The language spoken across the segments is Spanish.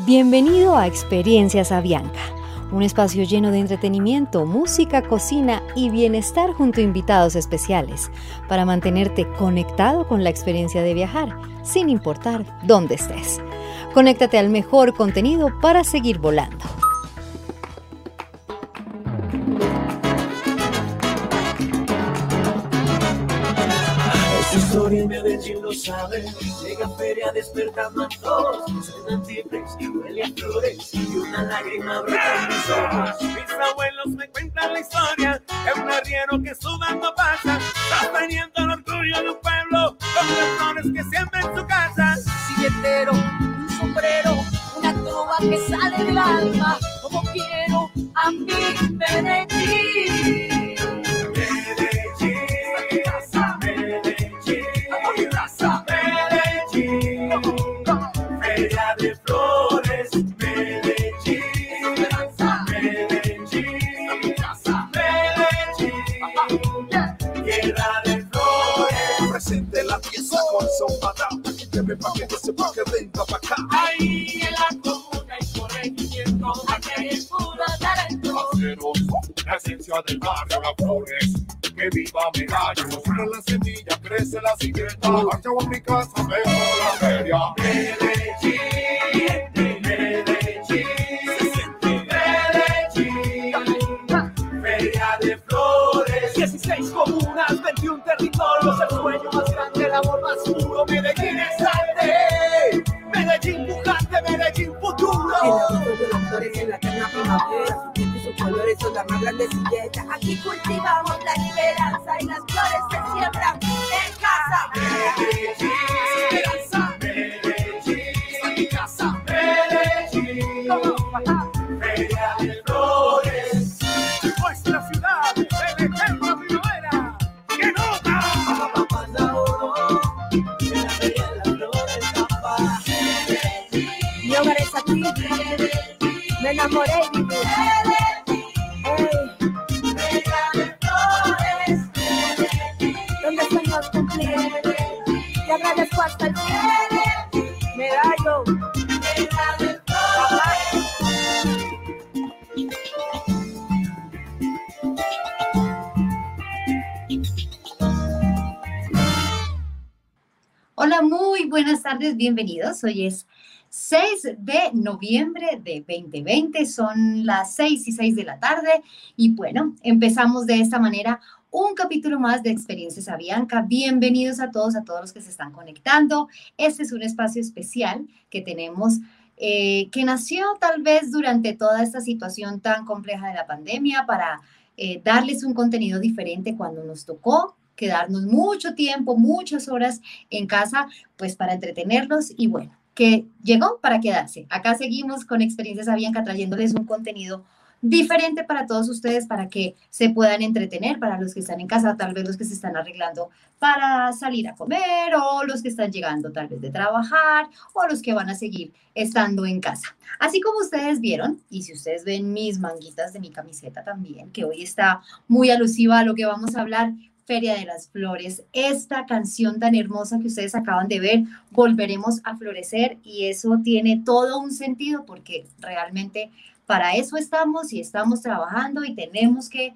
Bienvenido a Experiencias Avianca, un espacio lleno de entretenimiento, música, cocina y bienestar junto a invitados especiales para mantenerte conectado con la experiencia de viajar, sin importar dónde estés. Conéctate al mejor contenido para seguir volando. Su historia en Medellín lo sabe. Llega a feria despertando a todos. Cenan cipres y huele a flores y una lágrima brota en mis ojos. Mis abuelos me cuentan la historia de un arriero que sudando pasa, sosteniendo el orgullo de un pueblo con las flores que siembra en su casa. Silletero, un sombrero, una trova que sale del alma. Como quiero a mi Medellín. La pieza con son para que lleve pa' que sepa que venga pa' acá. Ahí en la comuna y corregimiento, aquí hay el puro talento. La esencia del barrio, las flores, que viva Medallo. Sobre la semilla crece la siguiente. Marcha a mi casa, vengo la feria. Medellín, Medellín, se siente Medellín. Feria de flores, 16 comunas, 21 territorios, el sueño más grande, el amor más puro. Medellín es arte, Medellín pujante, Medellín futuro. En el piso de las flores, en la eterna primavera, sus tintes y sus colores son las más grandes silletas. Aquí cultivamos la esperanza y las flores se siembran en casa. Medellín, esperanza, Medellín, en mi casa, Medellín, feria de flores, nuestra ciudad de la eterna primavera. ¡Qué nota! Mi hogar es aquí, me enamoré y viví. Donde sueños cumplir, te agradezco hasta el cielo. Medallo. Hola, muy buenas tardes, bienvenidos. Hoy es 6 de noviembre de 2020, son las 6:06 de la tarde y bueno, empezamos de esta manera un capítulo más de Experiencias Avianca. Bienvenidos a todos los que se están conectando. Este es un espacio especial que tenemos que nació tal vez durante toda esta situación tan compleja de la pandemia para darles un contenido diferente cuando nos tocó quedarnos mucho tiempo, muchas horas en casa, pues para entretenerlos y bueno, que llegó para quedarse. Acá seguimos con Experiencias Avianca trayéndoles un contenido diferente para todos ustedes, para que se puedan entretener, para los que están en casa, tal vez los que se están arreglando para salir a comer, o los que están llegando tal vez de trabajar, o los que van a seguir estando en casa. Así como ustedes vieron, y si ustedes ven mis manguitas de mi camiseta también, que hoy está muy alusiva a lo que vamos a hablar, Feria de las Flores, esta canción tan hermosa que ustedes acaban de ver, Volveremos a Florecer, y eso tiene todo un sentido porque realmente para eso estamos y estamos trabajando y tenemos que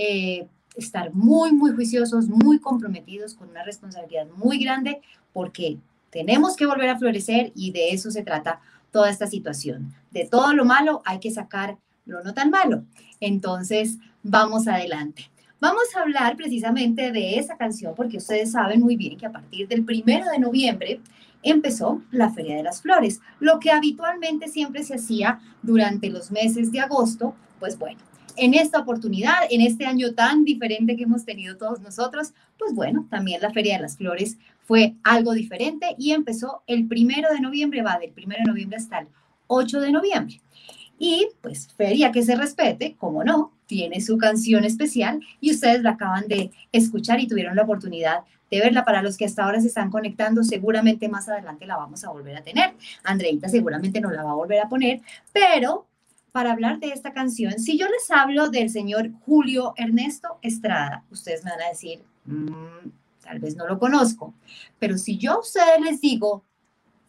estar muy, muy juiciosos, muy comprometidos con una responsabilidad muy grande porque tenemos que volver a florecer y de eso se trata toda esta situación. De todo lo malo hay que sacar lo no tan malo. Entonces, vamos adelante. Vamos a hablar precisamente de esa canción porque ustedes saben muy bien que a partir del 1 de noviembre empezó la Feria de las Flores, lo que habitualmente siempre se hacía durante los meses de agosto. Pues bueno, en esta oportunidad, en este año tan diferente que hemos tenido todos nosotros, pues bueno, también la Feria de las Flores fue algo diferente y empezó el 1 de noviembre, va del 1 de noviembre hasta el 8 de noviembre. Y pues Feria que se respete, como no, tiene su canción especial y ustedes la acaban de escuchar y tuvieron la oportunidad de verla. Para los que hasta ahora se están conectando, seguramente más adelante la vamos a volver a tener. Andreita seguramente no la va a volver a poner, pero para hablar de esta canción, si yo les hablo del señor Julio Ernesto Estrada, ustedes me van a decir, tal vez no lo conozco, pero si yo a ustedes les digo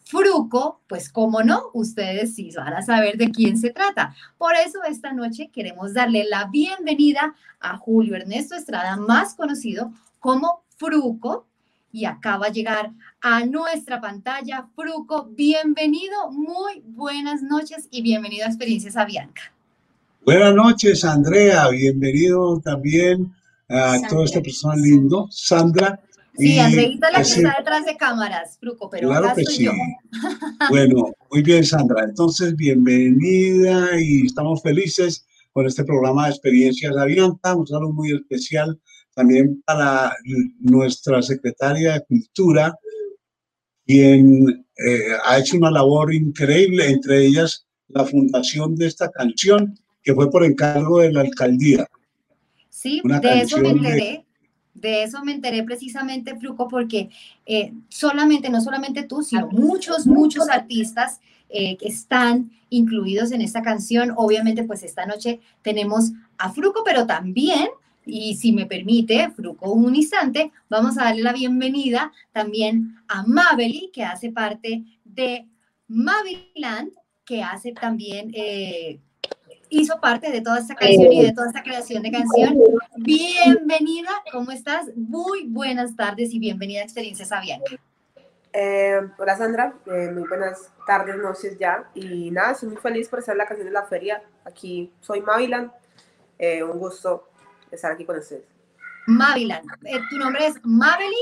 Fruco, pues cómo no, ustedes sí van a saber de quién se trata. Por eso esta noche queremos darle la bienvenida a Julio Ernesto Estrada, más conocido como Fruco, y acaba de llegar a nuestra pantalla. Fruco, bienvenido, muy buenas noches y bienvenido a Experiencias Avianca. Buenas noches, Andrea. Bienvenido también a todo este personal lindo, Sandra. Sí, Andreita es la que está detrás de cámaras, Fruco, pero claro acá que estoy sí. yo. Bueno, muy bien, Sandra. Entonces, bienvenida y estamos felices con este programa de Experiencias Avianca, un saludo muy especial también para nuestra secretaria de Cultura, quien ha hecho una labor increíble, entre ellas la fundación de esta canción, que fue por encargo de la alcaldía. Sí, Una de eso me canción enteré. De eso me enteré precisamente, Fruco, porque no solamente tú, sino muchos artistas que están incluidos en esta canción. Obviamente, pues esta noche tenemos a Fruco, pero también, y si me permite, Fruco, un instante, vamos a darle la bienvenida también a Mabely, que hace parte de Maviland, que hace también... hizo parte de toda esta canción y de toda esta creación de canción. Bienvenida, ¿cómo estás? Muy buenas tardes y bienvenida a Experiencias Avianca. Hola Sandra, muy buenas tardes, noches ya. Y nada, estoy muy feliz por estar en la canción de la feria. Aquí soy Maviland. Un gusto estar aquí con ustedes. Maviland, tu nombre es Mabely.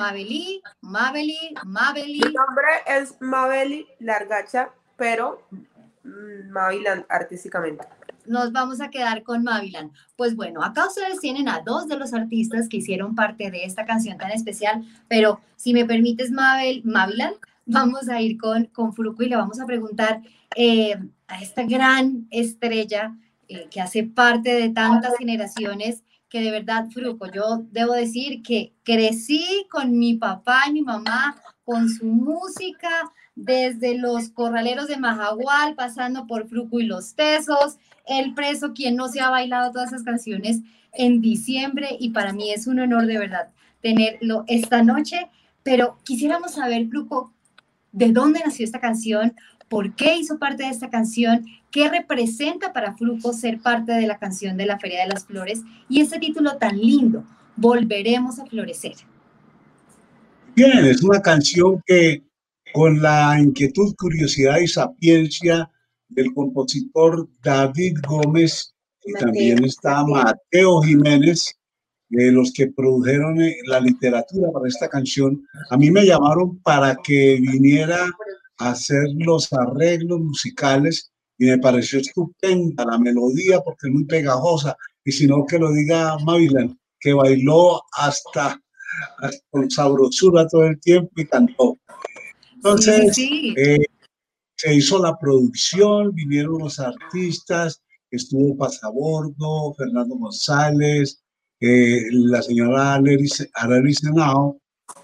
Mi nombre es Mabely Largacha, pero Maviland artísticamente. Nos vamos a quedar con Maviland. Pues bueno, acá ustedes tienen a dos de los artistas que hicieron parte de esta canción tan especial, pero si me permites, Maviland, vamos a ir con Fruco y le vamos a preguntar a esta gran estrella que hace parte de tantas generaciones, que de verdad, Fruco, yo debo decir que crecí con mi papá y mi mamá, con su música, desde los Corraleros de Majagual, pasando por Fruco y los Tesos, El Preso, quien no se ha bailado todas esas canciones en diciembre, y para mí es un honor de verdad tenerlo esta noche. Pero quisiéramos saber, Fruco, ¿de dónde nació esta canción? ¿Por qué hizo parte de esta canción? ¿Qué representa para Fruco ser parte de la canción de la Feria de las Flores? Y ese título tan lindo, Volveremos a Florecer. Bien, es una canción que con la inquietud, curiosidad y sapiencia del compositor David Gómez, y también está Mateo Jiménez, los que produjeron la literatura para esta canción, a mí me llamaron para que viniera a hacer los arreglos musicales y me pareció estupenda la melodía porque es muy pegajosa, y si no que lo diga Maviland, que bailó hasta con sabrosura todo el tiempo y cantó. Entonces, Sí. se hizo la producción, vinieron los artistas, estuvo Pasabordo, Fernando González, la señora Arely Senao,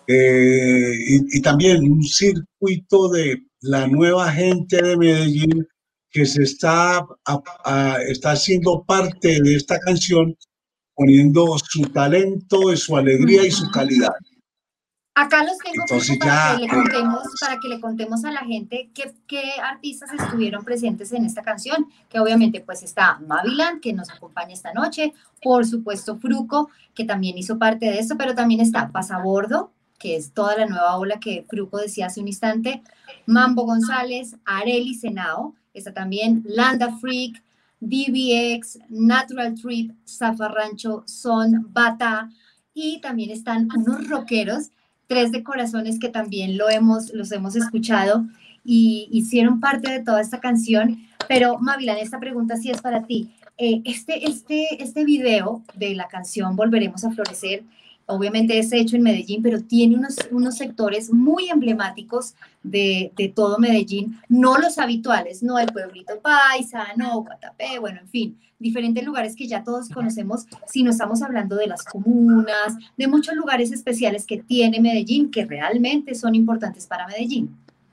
y también un circuito de la nueva gente de Medellín que se está haciendo parte de esta canción, poniendo su talento, su alegría y su calidad. Acá los tengo. Entonces para que le contemos a la gente qué artistas estuvieron presentes en esta canción, que obviamente pues está Maviland, que nos acompaña esta noche, por supuesto Fruco, que también hizo parte de esto, pero también está Pasabordo, que es toda la nueva ola que Fruco decía hace un instante, Mambo González, Arely Senao, está también Landa Freak, DBX, Natural Trip, Zafarrancho, Son, Bata, y también están unos rockeros, Tres de Corazones, que también los hemos escuchado y hicieron parte de toda esta canción. Pero Maviland, esta pregunta sí es para ti. Este video de la canción Volveremos a Florecer, obviamente es hecho en Medellín, pero tiene unos sectores muy emblemáticos de todo Medellín, no los habituales, no el pueblito paisa, no Guatapé, bueno, en fin, diferentes lugares que ya todos conocemos, sino estamos hablando de las comunas, de muchos lugares especiales que tiene Medellín, que realmente son importantes para Medellín.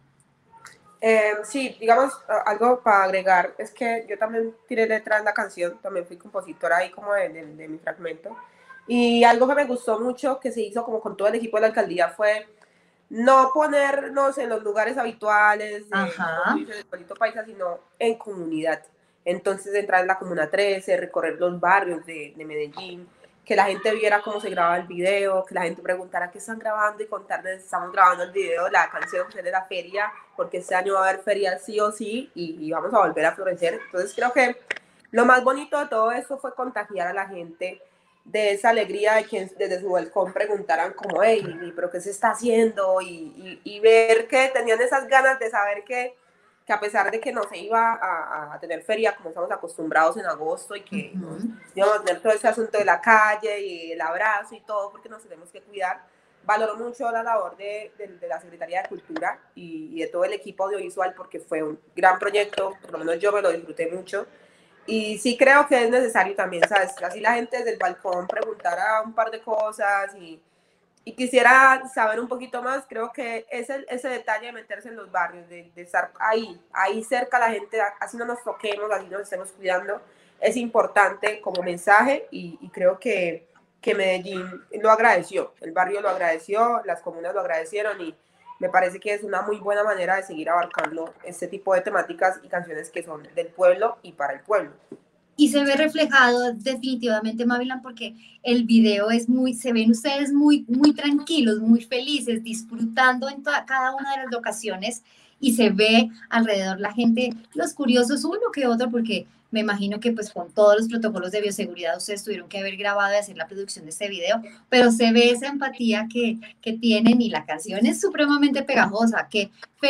Sí, digamos, algo para agregar, es que yo también tiré letra en la canción, también fui compositora ahí como de mi fragmento. Y algo que me gustó mucho que se hizo como con todo el equipo de la alcaldía fue no ponernos en los lugares habituales de, Ajá. como tú dices, el pueblito paisa, sino en comunidad. Entonces entrar en la Comuna 13, recorrer los barrios de Medellín, que la gente viera cómo se graba el video, que la gente preguntara qué están grabando y contarles, estamos grabando el video, la canción de la feria, porque este año va a haber feria sí o sí y vamos a volver a florecer. Entonces creo que lo más bonito de todo esto fue contagiar a la gente de esa alegría de que desde su balcón preguntaran como, hey, pero ¿qué se está haciendo? Y ver que tenían esas ganas de saber que a pesar de que no se iba a tener feria como estamos acostumbrados en agosto y que íbamos a tener todo ese asunto de la calle y el abrazo y todo porque nos tenemos que cuidar, valoro mucho la labor de la Secretaría de Cultura y de todo el equipo audiovisual porque fue un gran proyecto, por lo menos yo me lo disfruté mucho. Y sí creo que es necesario también, ¿sabes? Así la gente desde el balcón preguntara un par de cosas y quisiera saber un poquito más. Creo que ese detalle de meterse en los barrios, de estar ahí cerca a la gente, así no nos toquemos, así nos estemos cuidando, es importante como mensaje y creo que Medellín lo agradeció, el barrio lo agradeció, las comunas lo agradecieron y me parece que es una muy buena manera de seguir abarcando este tipo de temáticas y canciones que son del pueblo y para el pueblo. Y se ve reflejado definitivamente, Mavilan, porque el video es se ven ustedes muy tranquilos, muy felices, disfrutando en cada una de las locaciones y se ve alrededor la gente, los curiosos, uno que otro, porque me imagino que pues con todos los protocolos de bioseguridad ustedes tuvieron que haber grabado y hacer la producción de este video, pero se ve esa empatía que tienen y la canción es supremamente pegajosa. ¿Qué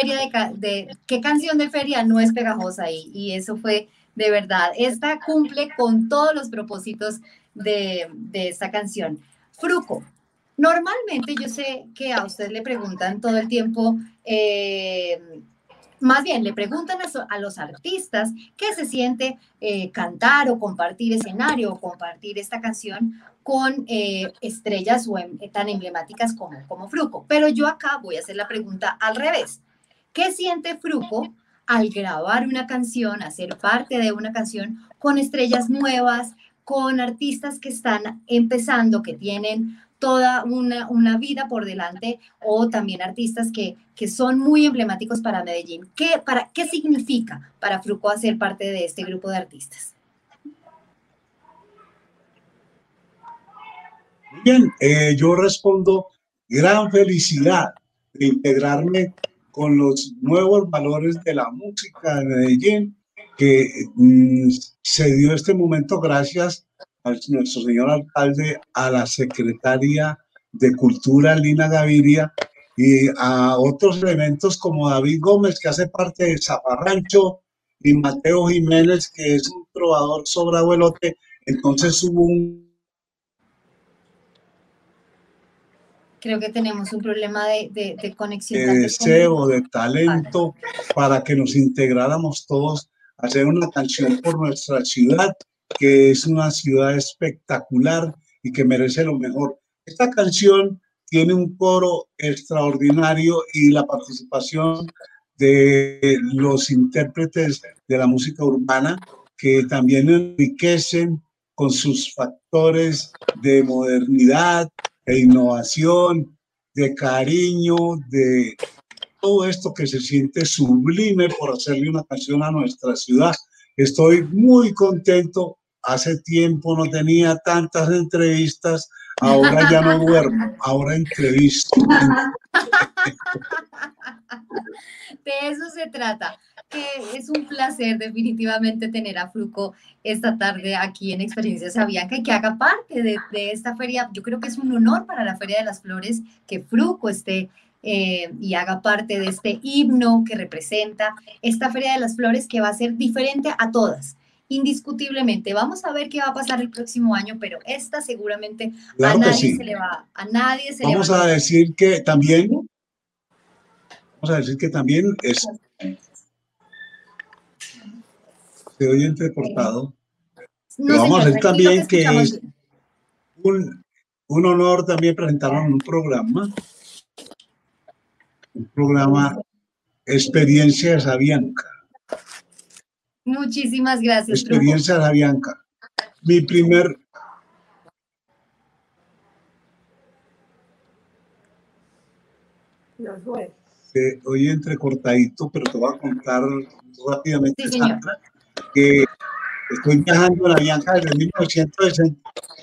canción de feria no es pegajosa? Y eso fue de verdad, esta cumple con todos los propósitos de esta canción. Fruco, normalmente yo sé que a usted le preguntan todo el tiempo, más bien le preguntan a los artistas qué se siente cantar o compartir escenario o compartir esta canción con estrellas tan emblemáticas como Fruco. Pero yo acá voy a hacer la pregunta al revés. ¿Qué siente Fruco al grabar una canción, hacer parte de una canción con estrellas nuevas, con artistas que están empezando, que tienen toda una vida por delante, o también artistas que son muy emblemáticos para Medellín? ¿Qué significa para Fruco hacer parte de este grupo de artistas? Bien, yo respondo, gran felicidad de integrarme con los nuevos valores de la música de Medellín, que se dio este momento gracias a nuestro señor alcalde, a la secretaria de Cultura, Lina Gaviria, y a otros elementos como David Gómez, que hace parte de Zafarrancho, y Mateo Jiménez, que es un trovador sobrabuelote. Entonces hubo un... Creo que tenemos un problema de conexión. De deseo, de talento, para que nos integráramos todos a hacer una canción por nuestra ciudad, que es una ciudad espectacular y que merece lo mejor. Esta canción tiene un coro extraordinario y la participación de los intérpretes de la música urbana, que también enriquecen con sus factores de modernidad, de innovación, de cariño, de todo esto que se siente sublime por hacerle una canción a nuestra ciudad. Estoy muy contento. Hace tiempo no tenía tantas entrevistas, ahora ya no duermo, ahora entrevisto. De eso se trata, que es un placer definitivamente tener a Fruco esta tarde aquí en Experiencias Avianca y que haga parte de esta feria. Yo creo que es un honor para la Feria de las Flores que Fruco esté y haga parte de este himno que representa esta Feria de las Flores, que va a ser diferente a todas. Indiscutiblemente. Vamos a ver qué va a pasar el próximo año, pero esta seguramente claro a nadie sí. se le va, a nadie se Vamos le va a decir que también, se oye entrecortado. No, vamos señor, a decir también que es bien. un honor también presentarnos en un programa Experiencias Avianca. Muchísimas gracias, Experiencias Avianca. Mi primer... No, fue? Se oye entrecortadito, pero te voy a contar rápidamente, Sí, señor. Sandra, que estoy viajando en Avianca desde 1960.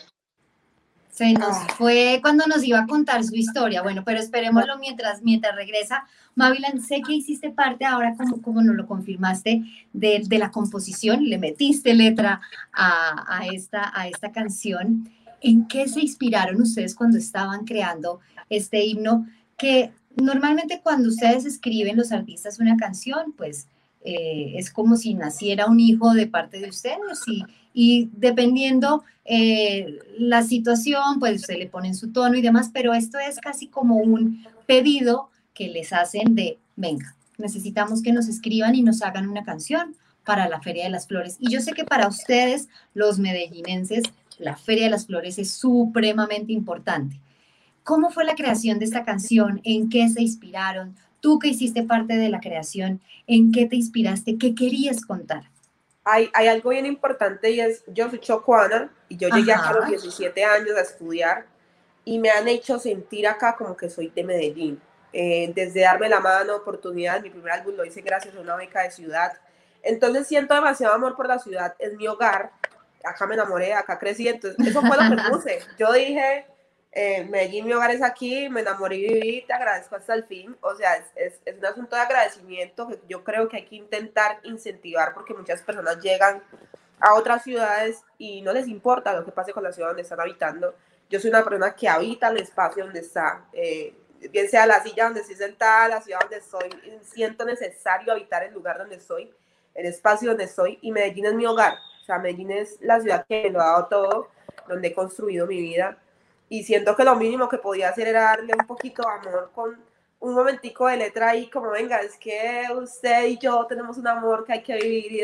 Se nos fue cuando nos iba a contar su historia. Bueno, pero esperémoslo mientras regresa. Mavilan, sé que hiciste parte ahora, como nos lo confirmaste, de la composición, le metiste letra a esta canción. ¿En qué se inspiraron ustedes cuando estaban creando este himno? Que normalmente cuando ustedes escriben, los artistas, una canción, pues es como si naciera un hijo de parte de ustedes y dependiendo la situación, pues se le pone en su tono y demás, pero esto es casi como un pedido que les hacen de, venga, necesitamos que nos escriban y nos hagan una canción para la Feria de las Flores. Y yo sé que para ustedes, los medellinenses, la Feria de las Flores es supremamente importante. ¿Cómo fue la creación de esta canción? ¿En qué se inspiraron? Tú que hiciste parte de la creación, ¿en qué te inspiraste? ¿Qué querías contar? Hay algo bien importante y es, yo soy chocuana y yo llegué acá a los 17 años a estudiar y me han hecho sentir acá como que soy de Medellín. Desde darme la mano, oportunidad, mi primer álbum lo hice gracias a una beca de ciudad. Entonces siento demasiado amor por la ciudad, es mi hogar, acá me enamoré, acá crecí, entonces eso fue lo que puse. Yo dije, Medellín, mi hogar es aquí, me enamoré y viví, te agradezco hasta el fin. O sea, es un asunto de agradecimiento que yo creo que hay que intentar incentivar porque muchas personas llegan a otras ciudades y no les importa lo que pase con la ciudad donde están habitando. Yo soy una persona que habita el espacio donde está, bien sea la silla donde estoy sentada, la ciudad donde estoy, siento necesario habitar el lugar donde estoy, el espacio donde estoy, y Medellín es mi hogar. O sea, Medellín es la ciudad que me lo ha dado todo, donde he construido mi vida. Y siento que lo mínimo que podía hacer era darle un poquito de amor con un momentico de letra ahí, como venga, es que usted y yo tenemos un amor que hay que vivir y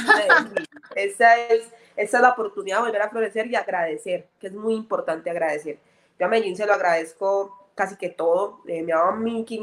esa es la oportunidad de volver a florecer y agradecer, que es muy importante agradecer. Yo a Medellín se lo agradezco casi que todo, me ha dado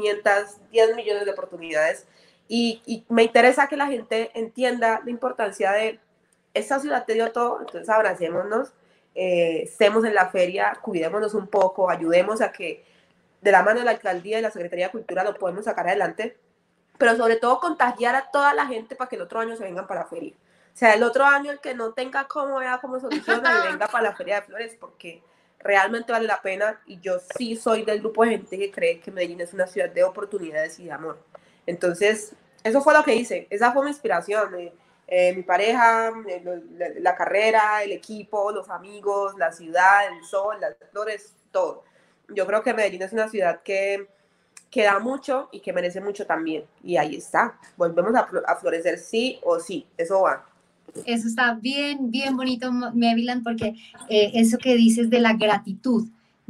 1.510 millones de oportunidades y me interesa que la gente entienda la importancia de esta ciudad te dio todo, entonces abracémonos. Estemos en la feria, cuidémonos un poco, ayudemos a que de la mano de la alcaldía y la Secretaría de Cultura lo podemos sacar adelante, pero sobre todo contagiar a toda la gente para que el otro año se vengan para la feria. O sea, el otro año el que no tenga cómo vea cómo soluciona y venga para la Feria de Flores porque realmente vale la pena y yo sí soy del grupo de gente que cree que Medellín es una ciudad de oportunidades y de amor. Entonces, eso fue lo que hice, esa fue mi inspiración. Mi pareja, la carrera, el equipo, los amigos, la ciudad, el sol, las flores, todo. Yo creo que Medellín es una ciudad que da mucho y que merece mucho también. Y ahí está. Volvemos a florecer sí o sí. Eso va. Eso está bien, bien bonito, Maryland, porque eso que dices de la gratitud,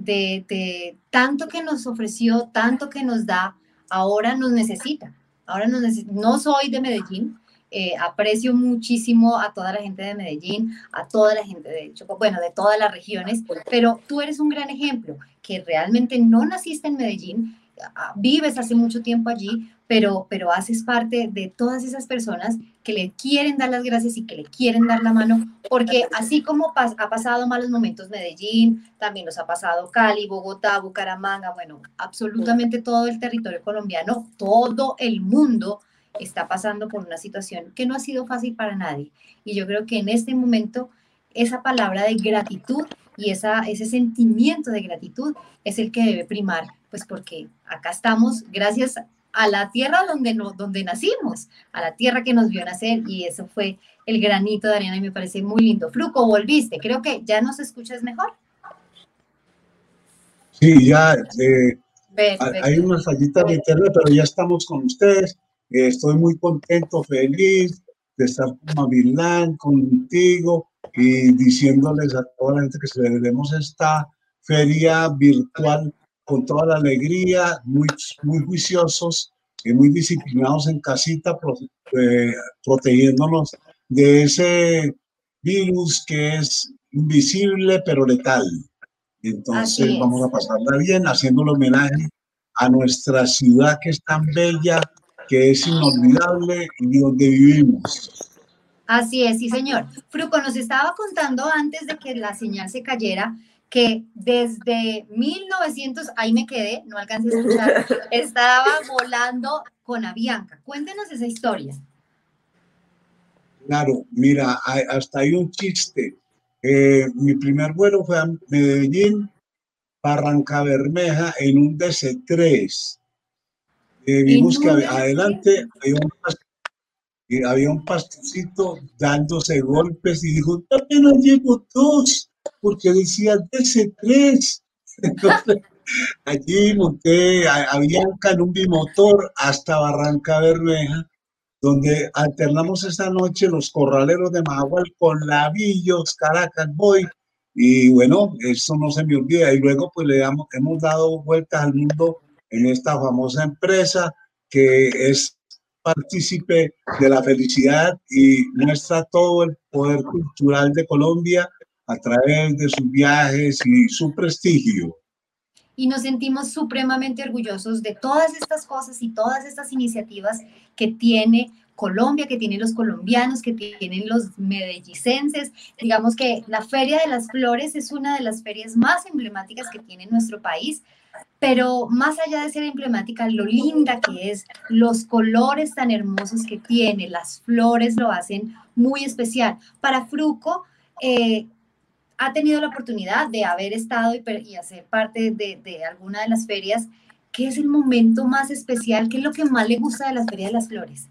de tanto que nos ofreció, tanto que nos da, ahora nos necesita. Ahora no soy de Medellín, aprecio muchísimo a toda la gente de Medellín, a toda la gente de Chocó, bueno, de todas las regiones, pero tú eres un gran ejemplo, que realmente no naciste en Medellín, vives hace mucho tiempo allí, pero haces parte de todas esas personas que le quieren dar las gracias y que le quieren dar la mano, porque así como ha pasado malos momentos Medellín, también nos ha pasado Cali, Bogotá, Bucaramanga, bueno, absolutamente todo el territorio colombiano, todo el mundo está pasando por una situación que no ha sido fácil para nadie. Y yo creo que en este momento esa palabra de gratitud y ese sentimiento de gratitud es el que debe primar, pues porque acá estamos gracias a la tierra donde nacimos, a la tierra que nos vio nacer, y eso fue el granito de arena y me parece muy lindo. Fruco, volviste, creo que ya nos escuchas mejor. Sí, ya hay unas fallitas de internet, pero ya estamos con ustedes. Estoy muy contento, feliz de estar con Mavilan, contigo y diciéndoles a toda la gente que celebremos esta feria virtual con toda la alegría, muy juiciosos y muy disciplinados en casita, protegiéndonos de ese virus que es invisible pero letal. Entonces vamos a pasarla bien, haciéndole homenaje a nuestra ciudad que es tan bella, que es inolvidable y donde vivimos. Así es, sí señor. Fruco nos estaba contando antes de que la señal se cayera que desde 1900, ahí me quedé, no alcancé a escuchar, estaba volando con Avianca. Cuéntenos esa historia. Claro, mira, hasta hay un chiste. Mi primer vuelo fue a Medellín, Barranca Bermeja, en un DC-3. En Vimos que un adelante había un pastorcito dándose golpes y dijo, apenas llevo dos, porque decía DC-3. Entonces, allí monté a Bianca en un bimotor hasta Barranca Bermeja, donde alternamos esta noche los corraleros de Majagual con Lavillos, Caracas Boy, y bueno, eso no se me olvida. Y luego pues hemos dado vueltas al mundo en esta famosa empresa que es partícipe de la felicidad y muestra todo el poder cultural de Colombia a través de sus viajes y su prestigio. Y nos sentimos supremamente orgullosos de todas estas cosas y todas estas iniciativas que tiene Colombia, que tienen los colombianos, que tienen los medellicenses. Digamos que la Feria de las Flores es una de las ferias más emblemáticas que tiene nuestro país, pero más allá de ser emblemática, lo linda que es, los colores tan hermosos que tiene, las flores lo hacen muy especial. Para Fruco, ha tenido la oportunidad de haber estado y hacer parte de alguna de las ferias. ¿Qué es el momento más especial? ¿Qué es lo que más le gusta de la Feria de las Flores?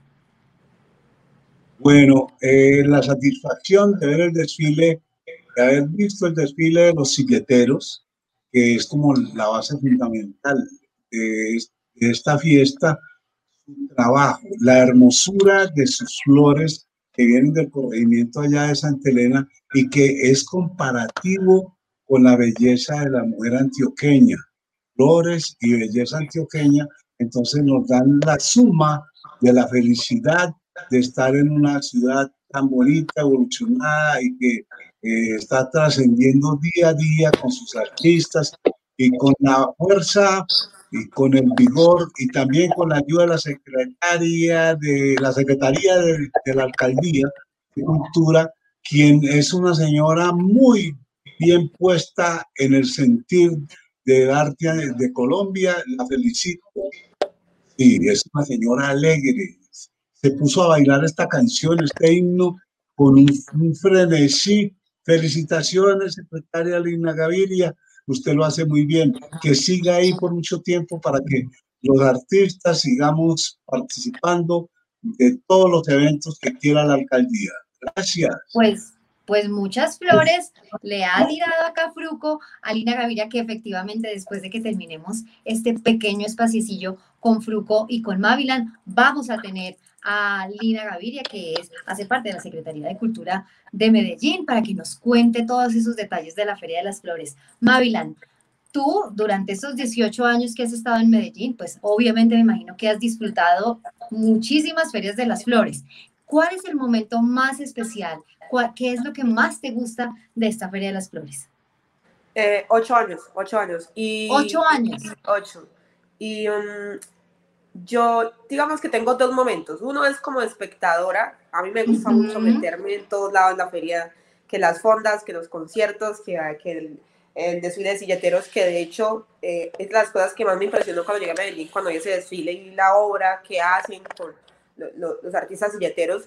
Bueno, la satisfacción de ver el desfile, de haber visto el desfile de los silleteros, que es como la base fundamental de esta fiesta, su trabajo, la hermosura de sus flores que vienen del corregimiento allá de Santa Elena y que es comparativo con la belleza de la mujer antioqueña, flores y belleza antioqueña, entonces nos dan la suma de la felicidad de estar en una ciudad tan bonita, evolucionada y que está trascendiendo día a día con sus artistas y con la fuerza y con el vigor y también con la ayuda de la Secretaría de la Alcaldía de Cultura, quien es una señora muy bien puesta en el sentir del arte de Colombia. La felicito. Sí, es una señora alegre. Se puso a bailar esta canción, este himno, con un frenesí. Felicitaciones, secretaria Lina Gaviria. Usted lo hace muy bien. Que siga ahí por mucho tiempo para que los artistas sigamos participando de todos los eventos que quiera la alcaldía. Gracias. Pues muchas flores le ha tirado acá Fruco a Lina Gaviria, que efectivamente después de que terminemos este pequeño espaciecillo con Fruco y con Mavilan, vamos a tener a Lina Gaviria, que hace parte de la Secretaría de Cultura de Medellín, para que nos cuente todos esos detalles de la Feria de las Flores. Mavilan, tú durante estos 18 años que has estado en Medellín, pues obviamente me imagino que has disfrutado muchísimas ferias de las flores. ¿Cuál es el momento más especial? ¿Qué es lo que más te gusta de esta Feria de las Flores? 8 años, 8 años. Y, 8 años. 8. Y yo, digamos que tengo dos momentos. Uno es como espectadora. A mí me gusta mucho meterme en todos lados en la feria, que las fondas, que los conciertos, que el desfile de silleteros, que de hecho es de las cosas que más me impresionó cuando llegué a Medellín, cuando vi ese desfile y la obra que hacen con los artistas silleteros.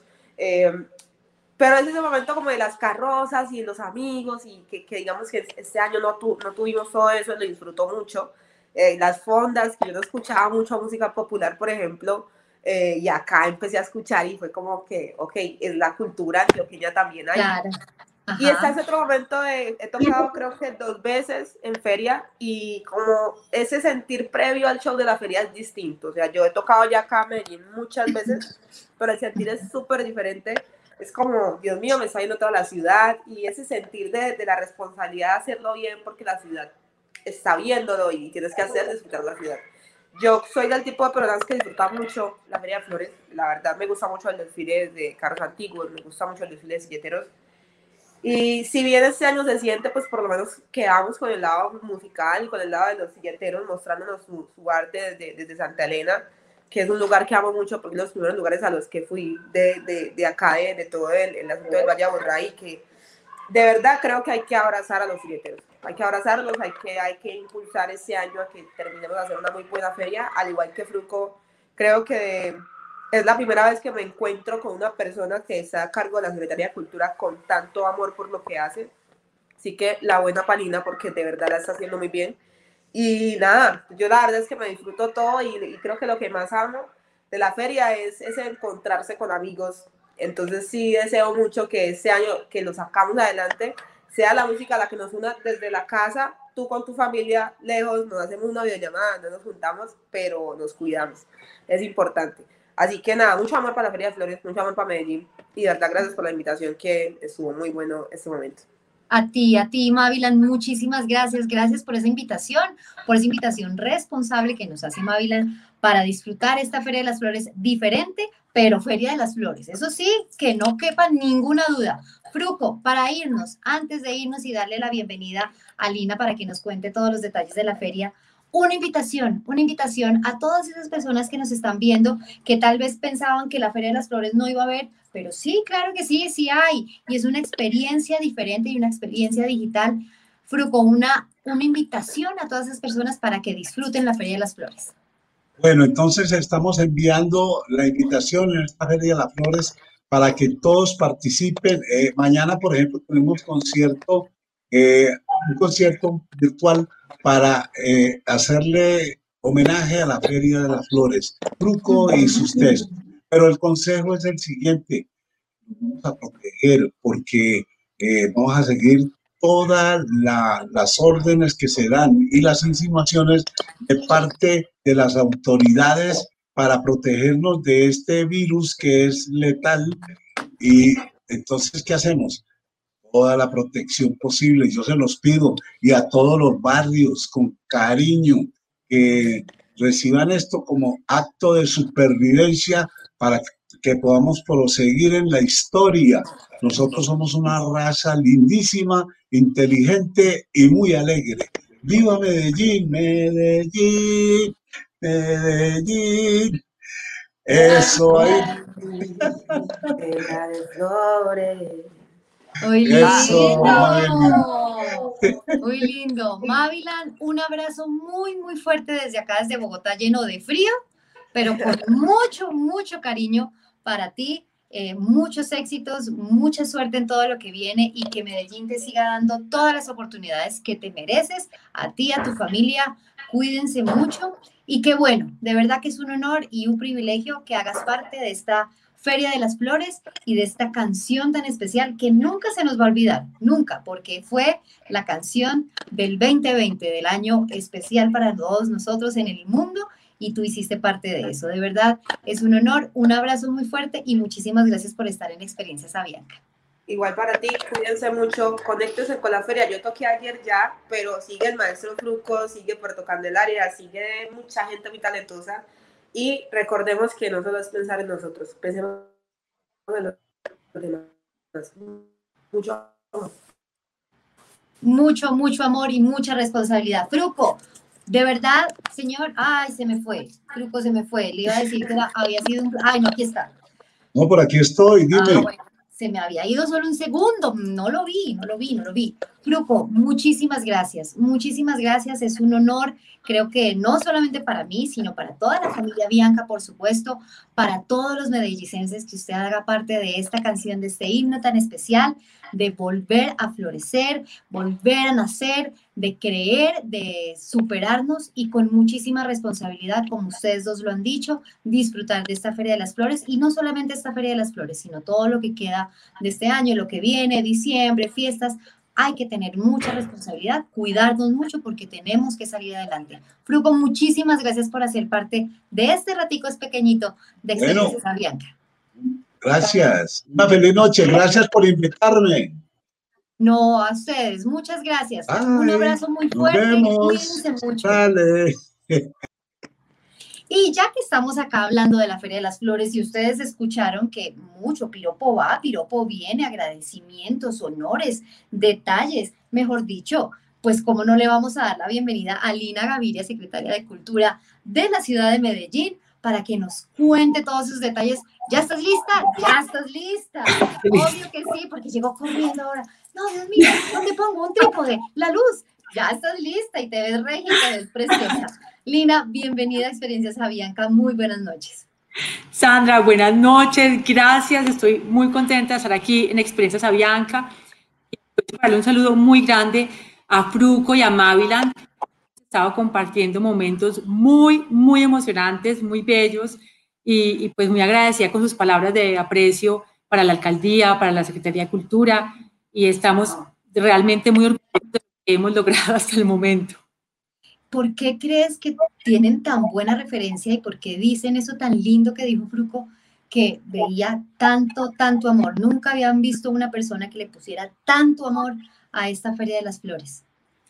Pero es ese momento como de las carrozas y los amigos y que digamos que este año no tuvimos todo eso, lo disfruto mucho. Las fondas, que yo no escuchaba mucho música popular, por ejemplo, y acá empecé a escuchar y fue como que, ok, es la cultura antioqueña también ahí. Claro. Ajá. Y este es otro momento he tocado creo que 2 veces en feria y como ese sentir previo al show de la feria es distinto. O sea, yo he tocado ya acá en Medellín muchas veces, pero el sentir es súper diferente. Es como, Dios mío, me está yendo toda la ciudad y ese sentir de la responsabilidad de hacerlo bien porque la ciudad está viéndolo y tienes que disfrutar la ciudad. Yo soy del tipo de personas que disfrutan mucho la Feria de Flores. La verdad me gusta mucho el desfile de carros antiguos, me gusta mucho el desfile de silleteros. Y si bien este año se siente, pues por lo menos quedamos con el lado musical, con el lado de los silleteros, mostrándonos su arte desde Santa Elena, que es un lugar que amo mucho porque es los primeros lugares a los que fui de acá, de todo el asunto del Valle de Aburrá, y que de verdad creo que hay que abrazar a los silleteros. hay que abrazarlos, hay que impulsar este año a que terminemos de hacer una muy buena feria, al igual que Fruco. Creo que es la primera vez que me encuentro con una persona que está a cargo de la Secretaría de Cultura con tanto amor por lo que hace. Así que la buena Palina, porque de verdad la está haciendo muy bien. Y nada, yo la verdad es que me disfruto todo y creo que lo que más amo de la feria es encontrarse con amigos. Entonces sí deseo mucho que este año que lo sacamos adelante sea la música la que nos una desde la casa, tú con tu familia lejos, nos hacemos una videollamada, no nos juntamos, pero nos cuidamos. Es importante. Así que nada, mucho amor para la Feria de Flores, mucho amor para Medellín y de verdad gracias por la invitación, que estuvo muy bueno este momento. A ti, Mavilan, muchísimas gracias. Gracias por esa invitación responsable que nos hace Mavilan para disfrutar esta Feria de las Flores diferente, pero Feria de las Flores. Eso sí, que no quepa ninguna duda. Fruco, para irnos, antes de irnos y darle la bienvenida a Lina para que nos cuente todos los detalles de la feria, una invitación a todas esas personas que nos están viendo, que tal vez pensaban que la Feria de las Flores no iba a haber, pero sí, claro que sí, sí hay, y es una experiencia diferente y una experiencia digital. Fruco, una invitación a todas esas personas para que disfruten la Feria de las Flores. Bueno, entonces estamos enviando la invitación en esta Feria de las Flores para que todos participen. Mañana, por ejemplo, tenemos un concierto virtual para hacerle homenaje a la Feria de las Flores, Fruco y sus textos. Pero el consejo es el siguiente: vamos a proteger porque vamos a seguir todas las órdenes que se dan y las insinuaciones de parte de las autoridades para protegernos de este virus que es letal. Y entonces, ¿qué hacemos? Toda la protección posible, yo se los pido, y a todos los barrios con cariño, que reciban esto como acto de supervivencia para que podamos proseguir en la historia. Nosotros somos una raza lindísima, inteligente y muy alegre. ¡Viva Medellín, Medellín, Medellín! Eso ahí. Muy lindo. Eso, muy lindo. Mavilan, un abrazo muy, muy fuerte desde acá, desde Bogotá, lleno de frío, pero con mucho, mucho cariño para ti. Muchos éxitos, mucha suerte en todo lo que viene y que Medellín te siga dando todas las oportunidades que te mereces, a ti, a tu familia. Cuídense mucho y qué bueno, de verdad que es un honor y un privilegio que hagas parte de esta Feria de las Flores y de esta canción tan especial que nunca se nos va a olvidar, nunca, porque fue la canción del 2020, del año especial para todos nosotros en el mundo, y tú hiciste parte de eso. De verdad, es un honor, un abrazo muy fuerte y muchísimas gracias por estar en Experiencias Avianca. Igual para ti, cuídense mucho, conéctense con la feria. Yo toqué ayer ya, pero sigue el maestro Fruco, sigue Puerto Candelaria, sigue mucha gente muy talentosa. Y recordemos que no solo es pensar en nosotros, pensemos en los demás. Mucho amor. Mucho, mucho amor y mucha responsabilidad. Fruco, de verdad, señor, ay, se me fue. Fruco se me fue. Le iba a decir que había sido un... Ay, no, aquí está. No, por aquí estoy, dime. Bueno, se me había ido solo un segundo. No lo vi. Fruco, muchísimas gracias. Muchísimas gracias. Es un honor. Creo que no solamente para mí, sino para toda la familia Bianca, por supuesto, para todos los medellicenses, que usted haga parte de esta canción, de este himno tan especial, de volver a florecer, volver a nacer, de creer, de superarnos y con muchísima responsabilidad, como ustedes dos lo han dicho, disfrutar de esta Feria de las Flores, y no solamente esta Feria de las Flores, sino todo lo que queda de este año, lo que viene, diciembre, fiestas. Hay que tener mucha responsabilidad, cuidarnos mucho porque tenemos que salir adelante. Fruco, muchísimas gracias por hacer parte de este ratico es pequeñito de Experiencias Avianca. Gracias. Una feliz noche. Gracias por invitarme. No, a ustedes. Muchas gracias. Un abrazo muy fuerte. Cuídense mucho. Dale. Y ya que estamos acá hablando de la Feria de las Flores y ustedes escucharon que mucho piropo va, piropo viene, agradecimientos, honores, detalles, mejor dicho, pues cómo no le vamos a dar la bienvenida a Lina Gaviria, secretaria de Cultura de la ciudad de Medellín, para que nos cuente todos sus detalles. ¿Ya estás lista? ¡Ya estás lista! Obvio que sí, porque llegó corriendo ahora. No, Dios mío, ¿dónde pongo un trípode? La luz, Ya estás lista y te ves regia y te ves preciosa. Lina, bienvenida a Experiencias Avianca. Muy buenas noches. Sandra, buenas noches, gracias. Estoy muy contenta de estar aquí en Experiencias Avianca. Quiero darle un saludo muy grande a Fruco y a Maviland. He estado compartiendo momentos muy, muy emocionantes, muy bellos y pues muy agradecida con sus palabras de aprecio para la alcaldía, para la Secretaría de Cultura y estamos realmente muy orgullosos de lo que hemos logrado hasta el momento. ¿Por qué crees que tienen tan buena referencia y por qué dicen eso tan lindo que dijo Fruco, que veía tanto, tanto amor? Nunca habían visto una persona que le pusiera tanto amor a esta Feria de las Flores.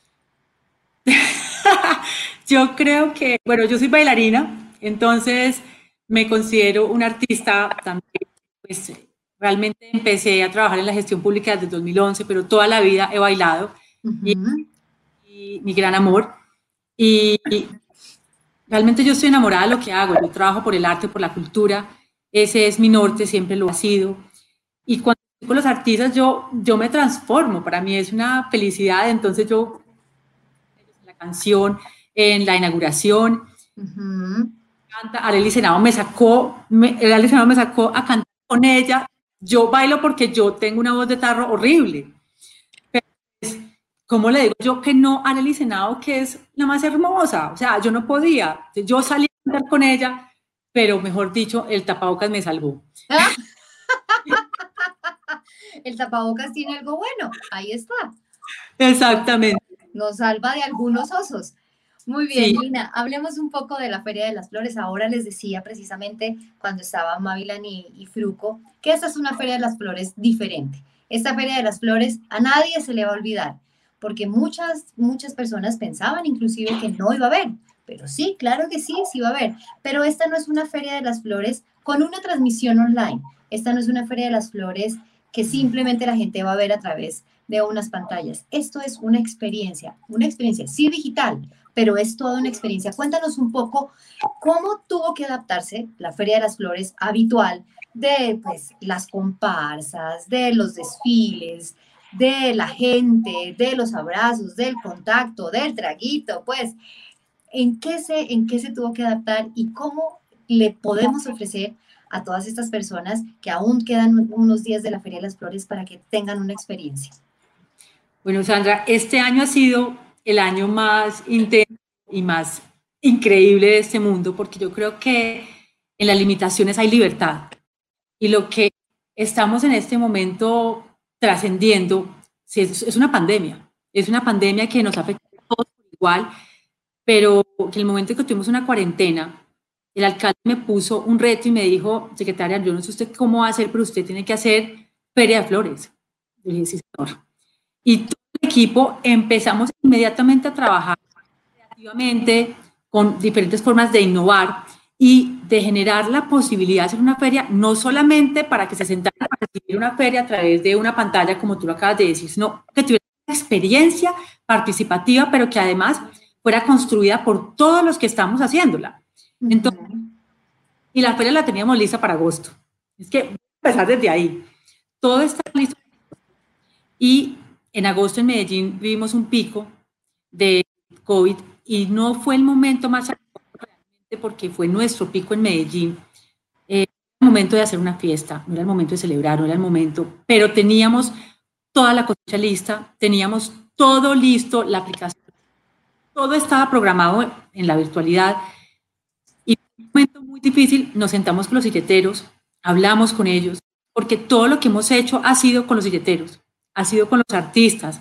Yo creo que, bueno, yo soy bailarina, entonces me considero una artista también, pues realmente empecé a trabajar en la gestión pública desde el 2011, pero toda la vida he bailado y mi gran amor. Y realmente yo estoy enamorada de lo que hago, yo trabajo por el arte, por la cultura, ese es mi norte, siempre lo ha sido. Y cuando estoy con los artistas yo me transformo, para mí es una felicidad, entonces yo, en la canción, en la inauguración, Arely Senado me sacó a cantar con ella, yo bailo porque yo tengo una voz de tarro horrible. ¿Cómo le digo yo que no a Arely Senado, que es la más hermosa? O sea, yo no podía. Yo salí a cantar con ella, pero mejor dicho, el tapabocas me salvó. El tapabocas tiene algo bueno. Ahí está. Exactamente. Nos salva de algunos osos. Muy bien, sí. Lina, hablemos un poco de la Feria de las Flores. Ahora les decía precisamente cuando estaba Maviland y Fruco que esta es una Feria de las Flores diferente. Esta Feria de las Flores a nadie se le va a olvidar, porque muchas personas pensaban inclusive que no iba a haber, pero sí, claro que sí, sí va a haber, pero esta no es una Feria de las Flores con una transmisión online, esta no es una Feria de las Flores que simplemente la gente va a ver a través de unas pantallas, esto es una experiencia sí digital, pero es toda una experiencia. Cuéntanos un poco cómo tuvo que adaptarse la Feria de las Flores habitual de pues, las comparsas, de los desfiles, de la gente, de los abrazos, del contacto, del traguito, pues, ¿en qué se tuvo que adaptar y cómo le podemos ofrecer a todas estas personas que aún quedan unos días de la Feria de las Flores para que tengan una experiencia? Bueno, Sandra, este año ha sido el año más intenso y más increíble de este mundo, porque yo creo que en las limitaciones hay libertad. Y lo que estamos en este momento trascendiendo es una pandemia que nos afecta a todos igual, pero que en el momento en que tuvimos una cuarentena, el alcalde me puso un reto y me dijo, secretaria, yo no sé usted cómo va a hacer, pero usted tiene que hacer Feria de Flores. Yo le dije, sí, señor. Y todo el equipo empezamos inmediatamente a trabajar creativamente con diferentes formas de innovar y de generar la posibilidad de hacer una feria, no solamente para que se sentaran a recibir una feria a través de una pantalla, como tú lo acabas de decir, sino que tuviera una experiencia participativa, pero que además fuera construida por todos los que estamos haciéndola. Entonces, y la feria la teníamos lista para agosto. Es que voy a empezar desde ahí. Todo está listo. Y en agosto en Medellín vivimos un pico de COVID y no fue el momento más realmente porque fue nuestro pico en Medellín. Era el momento de hacer una fiesta, no era el momento de celebrar, no era el momento, pero teníamos toda la cosecha lista, teníamos todo listo, la aplicación, todo estaba programado en la virtualidad. Y en un momento muy difícil nos sentamos con los silleteros, hablamos con ellos, porque todo lo que hemos hecho ha sido con los silleteros, ha sido con los artistas,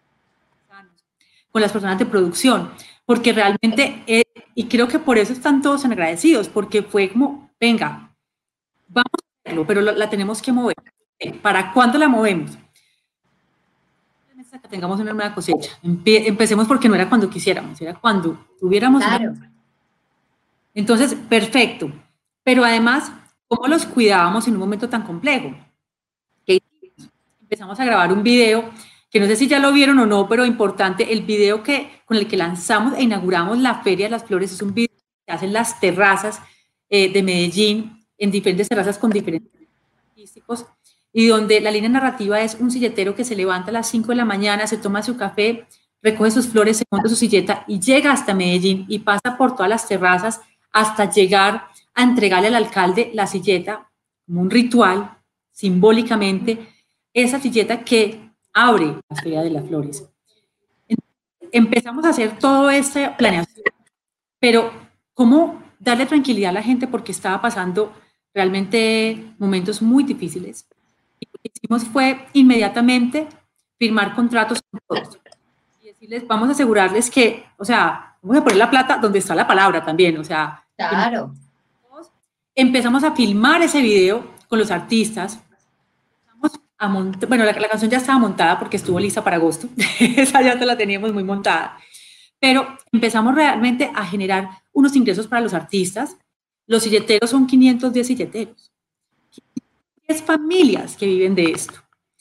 con las personas de producción, porque realmente, y creo que por eso están todos tan agradecidos, porque fue como, venga, vamos a hacerlo, pero la tenemos que mover. ¿Para cuándo la movemos? Hasta que tengamos una nueva cosecha. Empecemos porque no era cuando quisiéramos, era cuando tuviéramos claro. Entonces, perfecto. Pero además, ¿cómo los cuidábamos en un momento tan complejo? ¿Qué hicimos? Empezamos a grabar un video, que no sé si ya lo vieron o no, pero importante, el video con el que lanzamos e inauguramos la Feria de las Flores es un video que hacen las terrazas de Medellín, en diferentes terrazas con diferentes artísticos, y donde la línea narrativa es un silletero que se levanta a las 5 de la mañana, se toma su café, recoge sus flores, se monta su silleta y llega hasta Medellín y pasa por todas las terrazas hasta llegar a entregarle al alcalde la silleta como un ritual, simbólicamente, esa silleta que abre la Feria de las Flores. Empezamos a hacer toda esta planeación, pero ¿cómo darle tranquilidad a la gente? Porque estaba pasando realmente momentos muy difíciles. Y lo que hicimos fue inmediatamente firmar contratos con todos y decirles, vamos a asegurarles que, o sea, vamos a poner la plata donde está la palabra también, o sea. Claro. Empezamos a filmar ese video con los artistas. Bueno, la canción ya estaba montada porque estuvo lista para agosto. Esa ya la teníamos muy montada. Pero empezamos realmente a generar unos ingresos para los artistas. Los silleteros son 510 silleteros. 10 familias que viven de esto.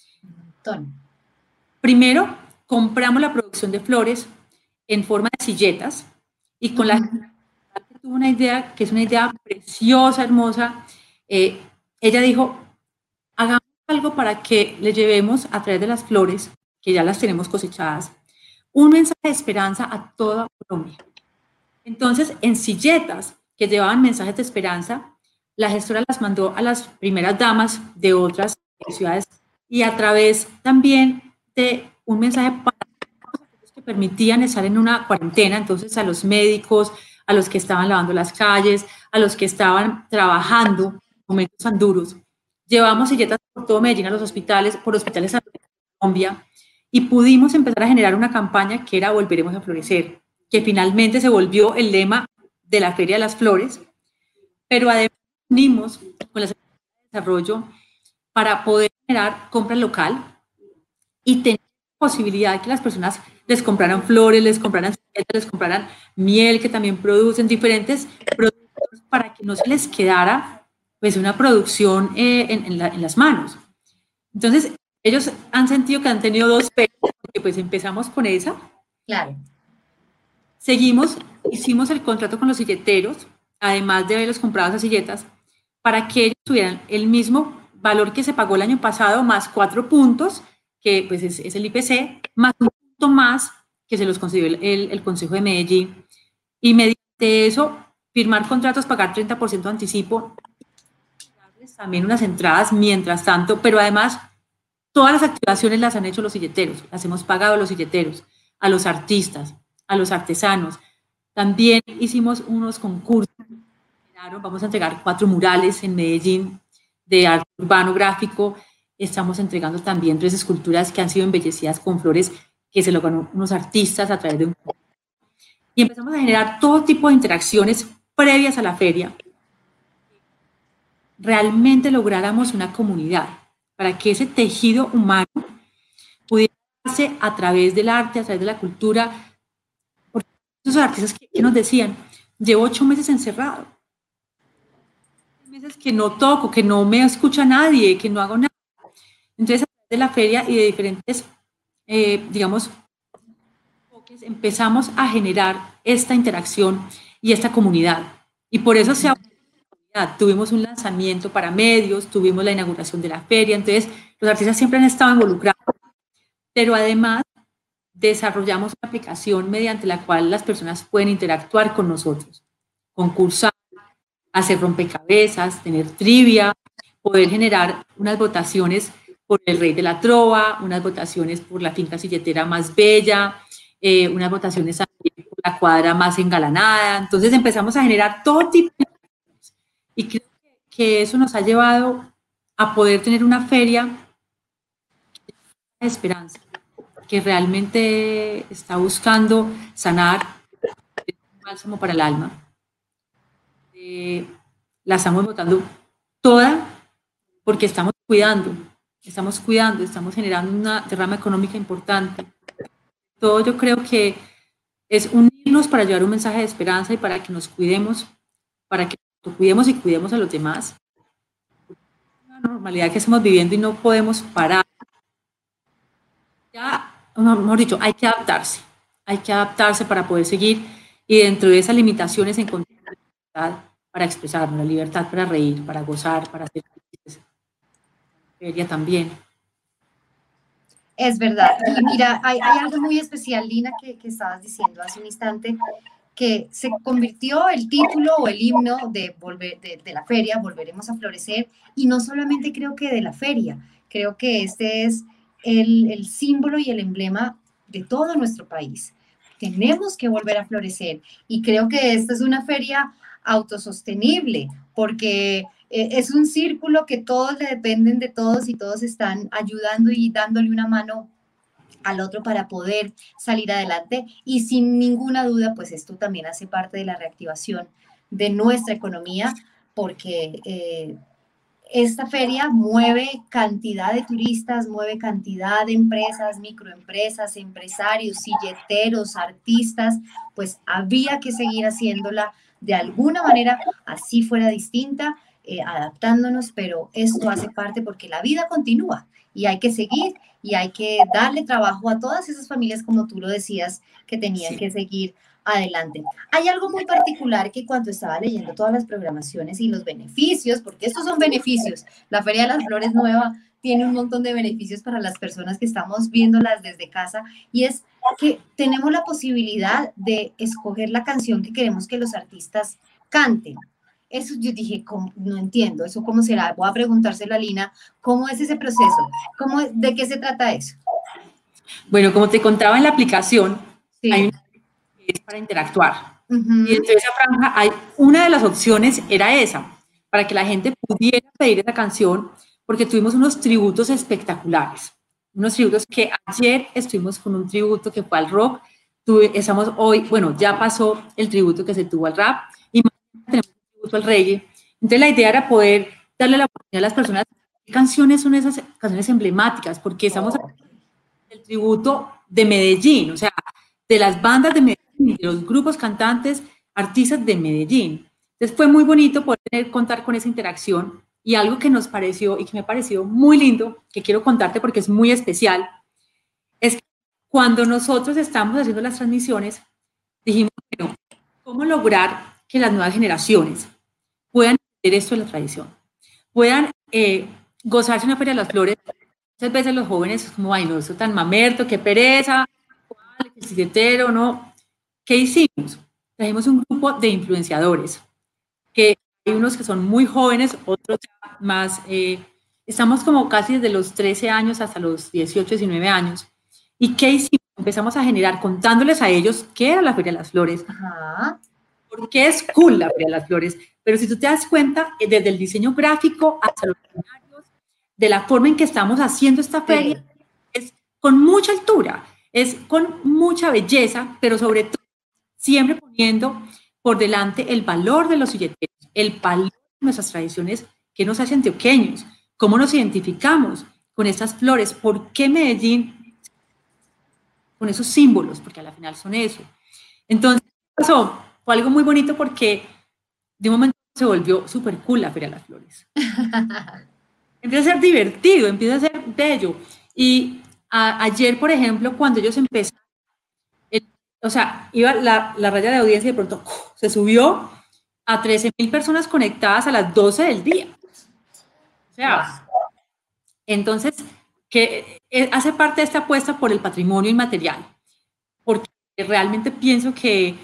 Primero, compramos la producción de flores en forma de silletas y con la gente que tuvo una idea, que es una idea preciosa, hermosa. Ella dijo, hagamos algo para que le llevemos a través de las flores, que ya las tenemos cosechadas, un mensaje de esperanza a toda Colombia. Entonces, en silletas que llevaban mensajes de esperanza, la gestora las mandó a las primeras damas de otras ciudades y a través también de un mensaje para los que permitían estar en una cuarentena, entonces a los médicos, a los que estaban lavando las calles, a los que estaban trabajando en momentos tan duros. Llevamos silletas por todo Medellín a los hospitales, por hospitales de Colombia, y pudimos empezar a generar una campaña que era Volveremos a Florecer, que finalmente se volvió el lema de la Feria de las Flores, pero además unimos con la Secretaría de Desarrollo para poder generar compra local y tener posibilidad de que las personas les compraran flores, les compraran silletas, les compraran miel, que también producen diferentes productos para que no se les quedara pues una producción en las manos. Entonces, ellos han sentido que han tenido dos ferias, porque pues empezamos con esa. Claro. Seguimos, hicimos el contrato con los silleteros, además de haberlos comprado esas silletas, para que ellos tuvieran el mismo valor que se pagó el año pasado, más 4 puntos, que pues es el IPC, más un punto más que se los concedió el Consejo de Medellín. Y mediante eso, firmar contratos, pagar 30% de anticipo, también unas entradas mientras tanto, pero además todas las activaciones las han hecho los silleteros, las hemos pagado los silleteros, a los artistas, a los artesanos. También hicimos unos concursos, vamos a entregar 4 murales en Medellín de arte urbano gráfico, estamos entregando también 3 esculturas que han sido embellecidas con flores que se lograron unos artistas a través de un... Y empezamos a generar todo tipo de interacciones previas a la feria. Realmente lográramos una comunidad para que ese tejido humano pudiera hacerse a través del arte, a través de la cultura. Porque esos artistas que nos decían, llevo 8 meses encerrado, 8 meses que no toco, que no me escucha nadie, que no hago nada. Entonces, a través de la feria y de diferentes, digamos, empezamos a generar esta interacción y esta comunidad. Y por eso tuvimos un lanzamiento para medios, tuvimos la inauguración de la feria, entonces los artistas siempre han estado involucrados, pero además desarrollamos una aplicación mediante la cual las personas pueden interactuar con nosotros, concursar, hacer rompecabezas, tener trivia, poder generar unas votaciones por el Rey de la Trova, unas votaciones por la finca silletera más bella, unas votaciones también por la cuadra más engalanada. Entonces empezamos a generar todo tipo de... Y creo que eso nos ha llevado a poder tener una feria de esperanza, que realmente está buscando sanar, un bálsamo para el alma. La estamos votando toda porque estamos cuidando, estamos generando una derrama económica importante. Todo yo creo que es unirnos para llevar un mensaje de esperanza y para que nos cuidemos, para que cuidemos y cuidemos a los demás. Una normalidad que estamos viviendo y no podemos parar. Ya, mejor dicho, hay que adaptarse para poder seguir y dentro de esas limitaciones encontrar la libertad para expresarnos, la libertad para reír, para gozar, para hacer felices. Feria también. Es verdad. Y mira, hay algo muy especial, Lina, que estabas diciendo hace un instante, que se convirtió el título o el himno de la feria, Volveremos a Florecer, y no solamente creo que de la feria, creo que este es el símbolo y el emblema de todo nuestro país. Tenemos que volver a florecer y creo que esta es una feria autosostenible porque es un círculo que todos le dependen de todos y todos están ayudando y dándole una mano al otro para poder salir adelante y sin ninguna duda, pues esto también hace parte de la reactivación de nuestra economía porque esta feria mueve cantidad de turistas, mueve cantidad de empresas, microempresas, empresarios, silleteros, artistas, pues había que seguir haciéndola de alguna manera, así fuera distinta, adaptándonos, pero esto hace parte porque la vida continúa y hay que seguir y hay que darle trabajo a todas esas familias, como tú lo decías, que tenían que seguir adelante. Hay algo muy particular que cuando estaba leyendo todas las programaciones y los beneficios, porque estos son beneficios, la Feria de las Flores Nueva tiene un montón de beneficios para las personas que estamos viéndolas desde casa y es que tenemos la posibilidad de escoger la canción que queremos que los artistas canten. Eso yo dije, no entiendo, ¿eso cómo será? Voy a preguntárselo a Lina, ¿cómo es ese proceso? ¿De qué se trata eso? Bueno, como te contaba en la aplicación, sí. Hay una que es para interactuar. Y dentro de esa franja, una de las opciones era esa, para que la gente pudiera pedir esa canción, porque tuvimos unos tributos espectaculares. Unos tributos que ayer estuvimos con un tributo que fue al rock, estamos hoy, bueno, ya pasó el tributo que se tuvo al rap, y mañana tenemos un tributo al reggae. Entonces la idea era poder darle la oportunidad a las personas, ¿qué canciones son esas canciones emblemáticas? Porque estamos hablando del tributo de Medellín, o sea, de las bandas de Medellín, de los grupos cantantes, artistas de Medellín. Entonces fue muy bonito poder contar con esa interacción y algo que nos pareció y que me pareció muy lindo, que quiero contarte porque es muy especial, es que cuando nosotros estamos haciendo las transmisiones, dijimos, bueno, ¿cómo lograr que las nuevas generaciones puedan entender esto de la tradición? Puedan gozarse una Feria de las Flores. Muchas veces los jóvenes es como, ay, no, eso tan mamerto, qué pereza, qué silletero, ¿no? ¿Qué hicimos? Trajimos un grupo de influenciadores, que hay unos que son muy jóvenes, otros más, estamos como casi desde los 13 años hasta los 18, 19 años. ¿Y qué hicimos? Empezamos a generar, contándoles a ellos qué era la Feria de las Flores, por qué es cool la Feria de las Flores, pero si tú te das cuenta, desde el diseño gráfico hasta los escenarios, de la forma en que estamos haciendo esta feria, es con mucha altura, es con mucha belleza, pero sobre todo siempre poniendo por delante el valor de los silleteros, el valor de nuestras tradiciones que nos hacen antioqueños, cómo nos identificamos con estas flores, por qué Medellín, con esos símbolos, porque a la final son eso. Entonces, eso fue algo muy bonito porque de un momento se volvió súper cool la Feria de las Flores. Empieza a ser divertido, empieza a ser bello. Y ayer, por ejemplo, cuando ellos empezaron, o sea, iba la raya de audiencia y de pronto se subió a 13.000 personas conectadas a las 12 del día. O sea, entonces, que hace parte de esta apuesta por el patrimonio inmaterial, porque realmente pienso que,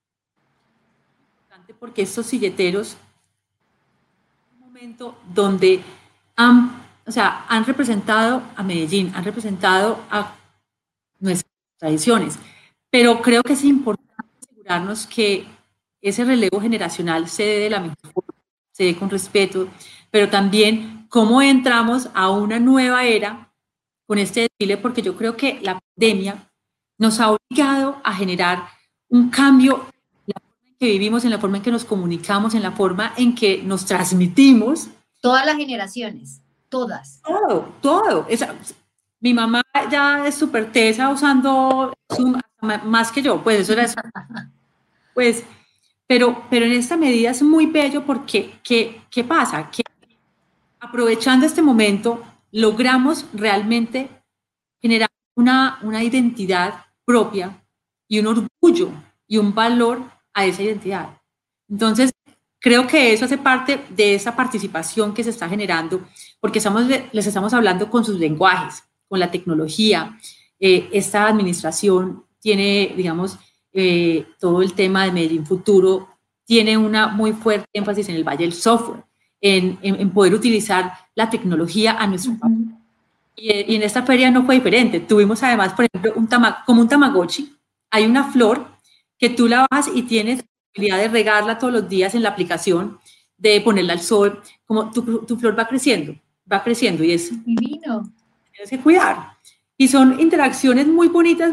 porque estos silleteros, un momento donde han representado a Medellín, han representado a nuestras tradiciones, pero creo que es importante asegurarnos que ese relevo generacional se dé de la mejor forma, se dé con respeto, pero también cómo entramos a una nueva era con este desfile, porque yo creo que la pandemia nos ha obligado a generar un cambio en la forma en que vivimos, en la forma en que nos comunicamos, en la forma en que nos transmitimos. Todas las generaciones, todas. Todo. Mi mamá ya es súper tesa usando Zoom más que yo, pues eso era eso. Pues, pero en esta medida es muy bello porque, ¿qué pasa? Que aprovechando este momento, logramos realmente generar una identidad propia y un orgullo y un valor a esa identidad. Entonces, creo que eso hace parte de esa participación que se está generando, porque les estamos hablando con sus lenguajes, con la tecnología. Esta administración tiene, digamos, todo el tema de Medellín Futuro, tiene una muy fuerte énfasis en el Valle del Software, en poder utilizar la tecnología a nuestro favor. Y en esta feria no fue diferente. Tuvimos además, por ejemplo, como un Tamagotchi. Hay una flor que tú la bajas y tienes la posibilidad de regarla todos los días en la aplicación, de ponerla al sol, como tu flor va creciendo y es divino. Tienes que cuidar. Y son interacciones muy bonitas,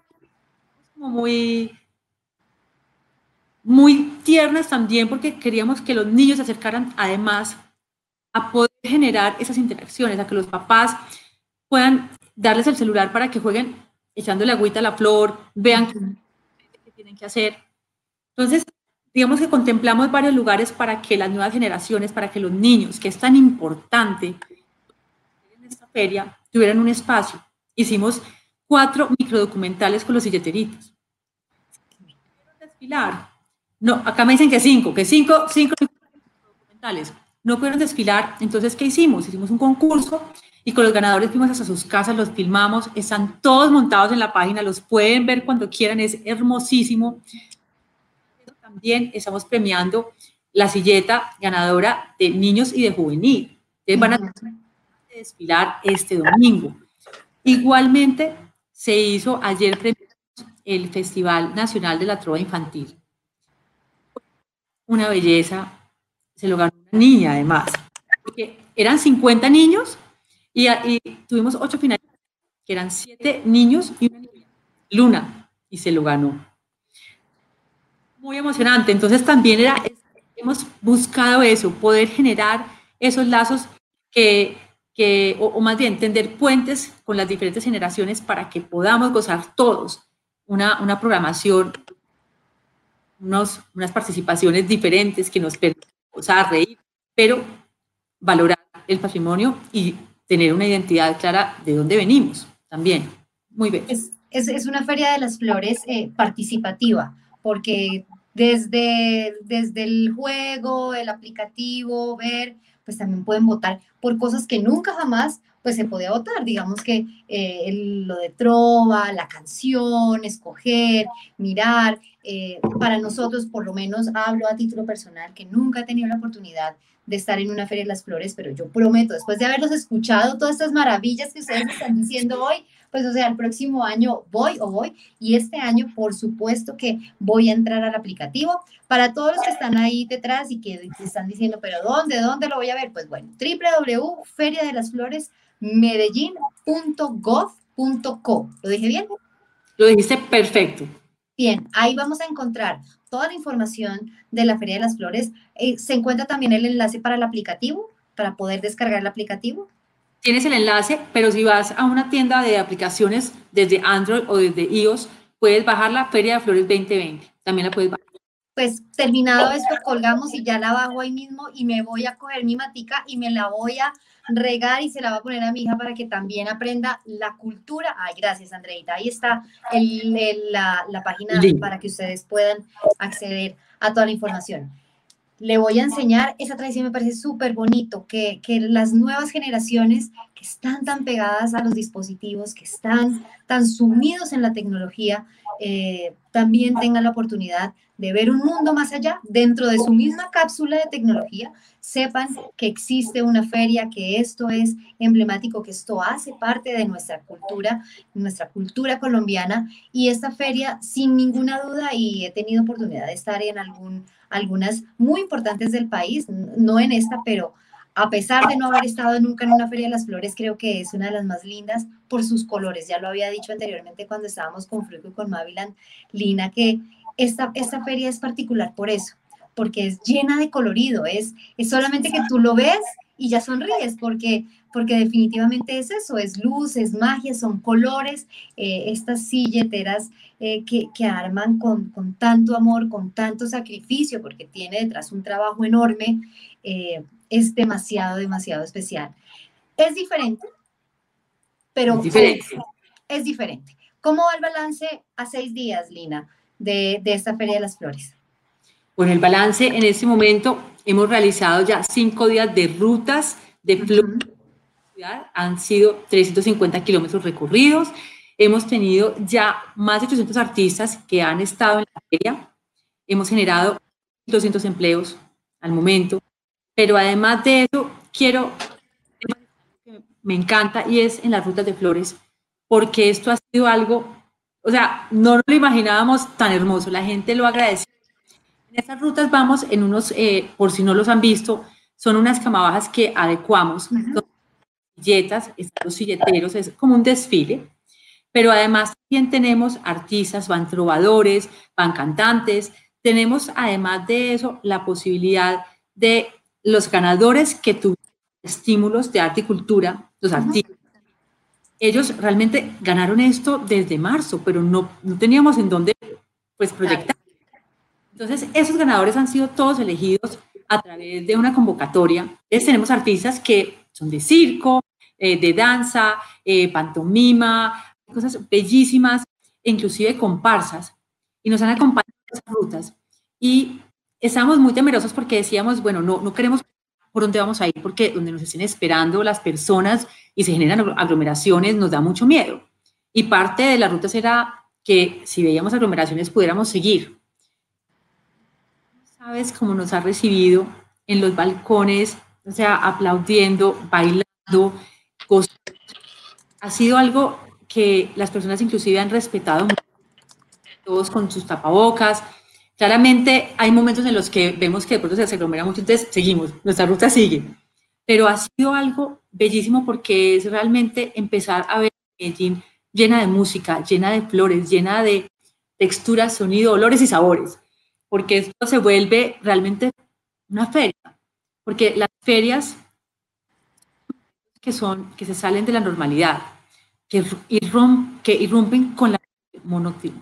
muy tiernas también, porque queríamos que los niños se acercaran además a poder generar esas interacciones, a que los papás puedan darles el celular para que jueguen echándole agüita a la flor, vean qué tienen que hacer. Entonces, digamos que contemplamos varios lugares para que las nuevas generaciones, para que los niños, que es tan importante en esta feria, tuvieran un espacio. Hicimos 4 microdocumentales con los silleteritos. Desfilar. No, acá me dicen que 5 documentales. No pudieron desfilar, entonces, ¿qué hicimos? Hicimos un concurso y con los ganadores fuimos hasta sus casas, los filmamos, están todos montados en la página, los pueden ver cuando quieran, es hermosísimo. También estamos premiando la silleta ganadora de niños y de juvenil. Ustedes van a desfilar este domingo. Igualmente, se hizo ayer el Festival Nacional de la Trova Infantil. Una belleza, se lo ganó una niña además, porque eran 50 niños y tuvimos 8 finalistas, que eran 7 niños y una niña, Luna, y se lo ganó. Muy emocionante. Entonces también hemos buscado eso, poder generar esos lazos o más bien tender puentes con las diferentes generaciones para que podamos gozar todos una programación, unas participaciones diferentes que nos permitan gozar, reír, pero valorar el patrimonio y tener una identidad clara de dónde venimos también. Muy bien. Es una feria de las flores participativa, porque desde el juego, el aplicativo, pues también pueden votar por cosas que nunca jamás pues se podía votar, digamos que lo de trova, la canción, escoger, mirar. Para nosotros, por lo menos hablo a título personal, que nunca he tenido la oportunidad de estar en una feria de las flores, pero yo prometo, después de haberlos escuchado, todas estas maravillas que ustedes están diciendo hoy, pues o sea, el próximo año voy, y este año por supuesto que voy a entrar al aplicativo. Para todos los que están ahí detrás y que están diciendo, pero ¿dónde lo voy a ver? Pues bueno, www.feriadelasfloresmedellin.gov.co. ¿Lo dije bien? Lo dijiste perfecto. Bien, ahí vamos a encontrar toda la información de la Feria de las Flores. ¿Se encuentra también el enlace para el aplicativo, para poder descargar el aplicativo? Tienes el enlace, pero si vas a una tienda de aplicaciones desde Android o desde iOS, puedes bajar la Feria de Flores 2020. También la puedes bajar. Pues terminado esto, colgamos y ya la bajo ahí mismo y me voy a coger mi matica y me la voy a regar y se la voy a poner a mi hija para que también aprenda la cultura. Ay, gracias, Andreita. Ahí está la página para que ustedes puedan acceder a toda la información. Le voy a enseñar, esa tradición me parece súper bonito, que las nuevas generaciones que están tan pegadas a los dispositivos, que están tan sumidos en la tecnología, también tengan la oportunidad de ver un mundo más allá, dentro de su misma cápsula de tecnología, sepan que existe una feria, que esto es emblemático, que esto hace parte de nuestra cultura colombiana, y esta feria, sin ninguna duda, y he tenido oportunidad de estar en algunas muy importantes del país, no en esta, pero a pesar de no haber estado nunca en una Feria de las Flores, creo que es una de las más lindas por sus colores. Ya lo había dicho anteriormente cuando estábamos con Fruco y con Maviland, Lina, que esta feria es particular por eso, porque es llena de colorido, es solamente que tú lo ves y ya sonríes, porque definitivamente es eso, es luz, es magia, son colores, estas silleteras que arman con tanto amor, con tanto sacrificio, porque tiene detrás un trabajo enorme, es demasiado, demasiado especial. Es diferente, pero es diferente. ¿Cómo va el balance a 6 días, Lina, de esta Feria de las Flores? Bueno, el balance en este momento hemos realizado ya 5 días de rutas de flores. ciudad han sido 350 kilómetros recorridos. Hemos tenido ya más de 800 artistas que han estado en la feria. Hemos generado 200 empleos al momento. Pero además de eso, me encanta, y es en las rutas de flores, porque esto ha sido algo, o sea, no nos lo imaginábamos tan hermoso, la gente lo agradece. En estas rutas vamos en unos, por si no los han visto, son unas camabajas que adecuamos, son silletas, están los silleteros, es como un desfile, pero además también tenemos artistas, van trovadores, van cantantes, tenemos además de eso la posibilidad de los ganadores que tuvieron estímulos de arte y cultura, los artistas. Ellos realmente ganaron esto desde marzo, pero no teníamos en dónde pues, proyectar. Entonces, esos ganadores han sido todos elegidos a través de una convocatoria. Entonces, tenemos artistas que son de circo, de danza, pantomima, cosas bellísimas, inclusive comparsas, y nos han acompañado en esas rutas. Y estábamos muy temerosos porque decíamos, bueno, no queremos por dónde vamos a ir, porque donde nos estén esperando las personas y se generan aglomeraciones, nos da mucho miedo. Y parte de las rutas era que si veíamos aglomeraciones pudiéramos seguir. ¿Sabes cómo nos ha recibido en los balcones? O sea, aplaudiendo, bailando, gozando. Ha sido algo que las personas inclusive han respetado mucho, todos con sus tapabocas. Claramente hay momentos en los que vemos que de pronto se aglomera mucho, entonces seguimos, nuestra ruta sigue. Pero ha sido algo bellísimo porque es realmente empezar a ver Medellín llena de música, llena de flores, llena de texturas, sonido, olores y sabores. Porque esto se vuelve realmente una feria. Porque las ferias que se salen de la normalidad, que irrumpen con la monotonía,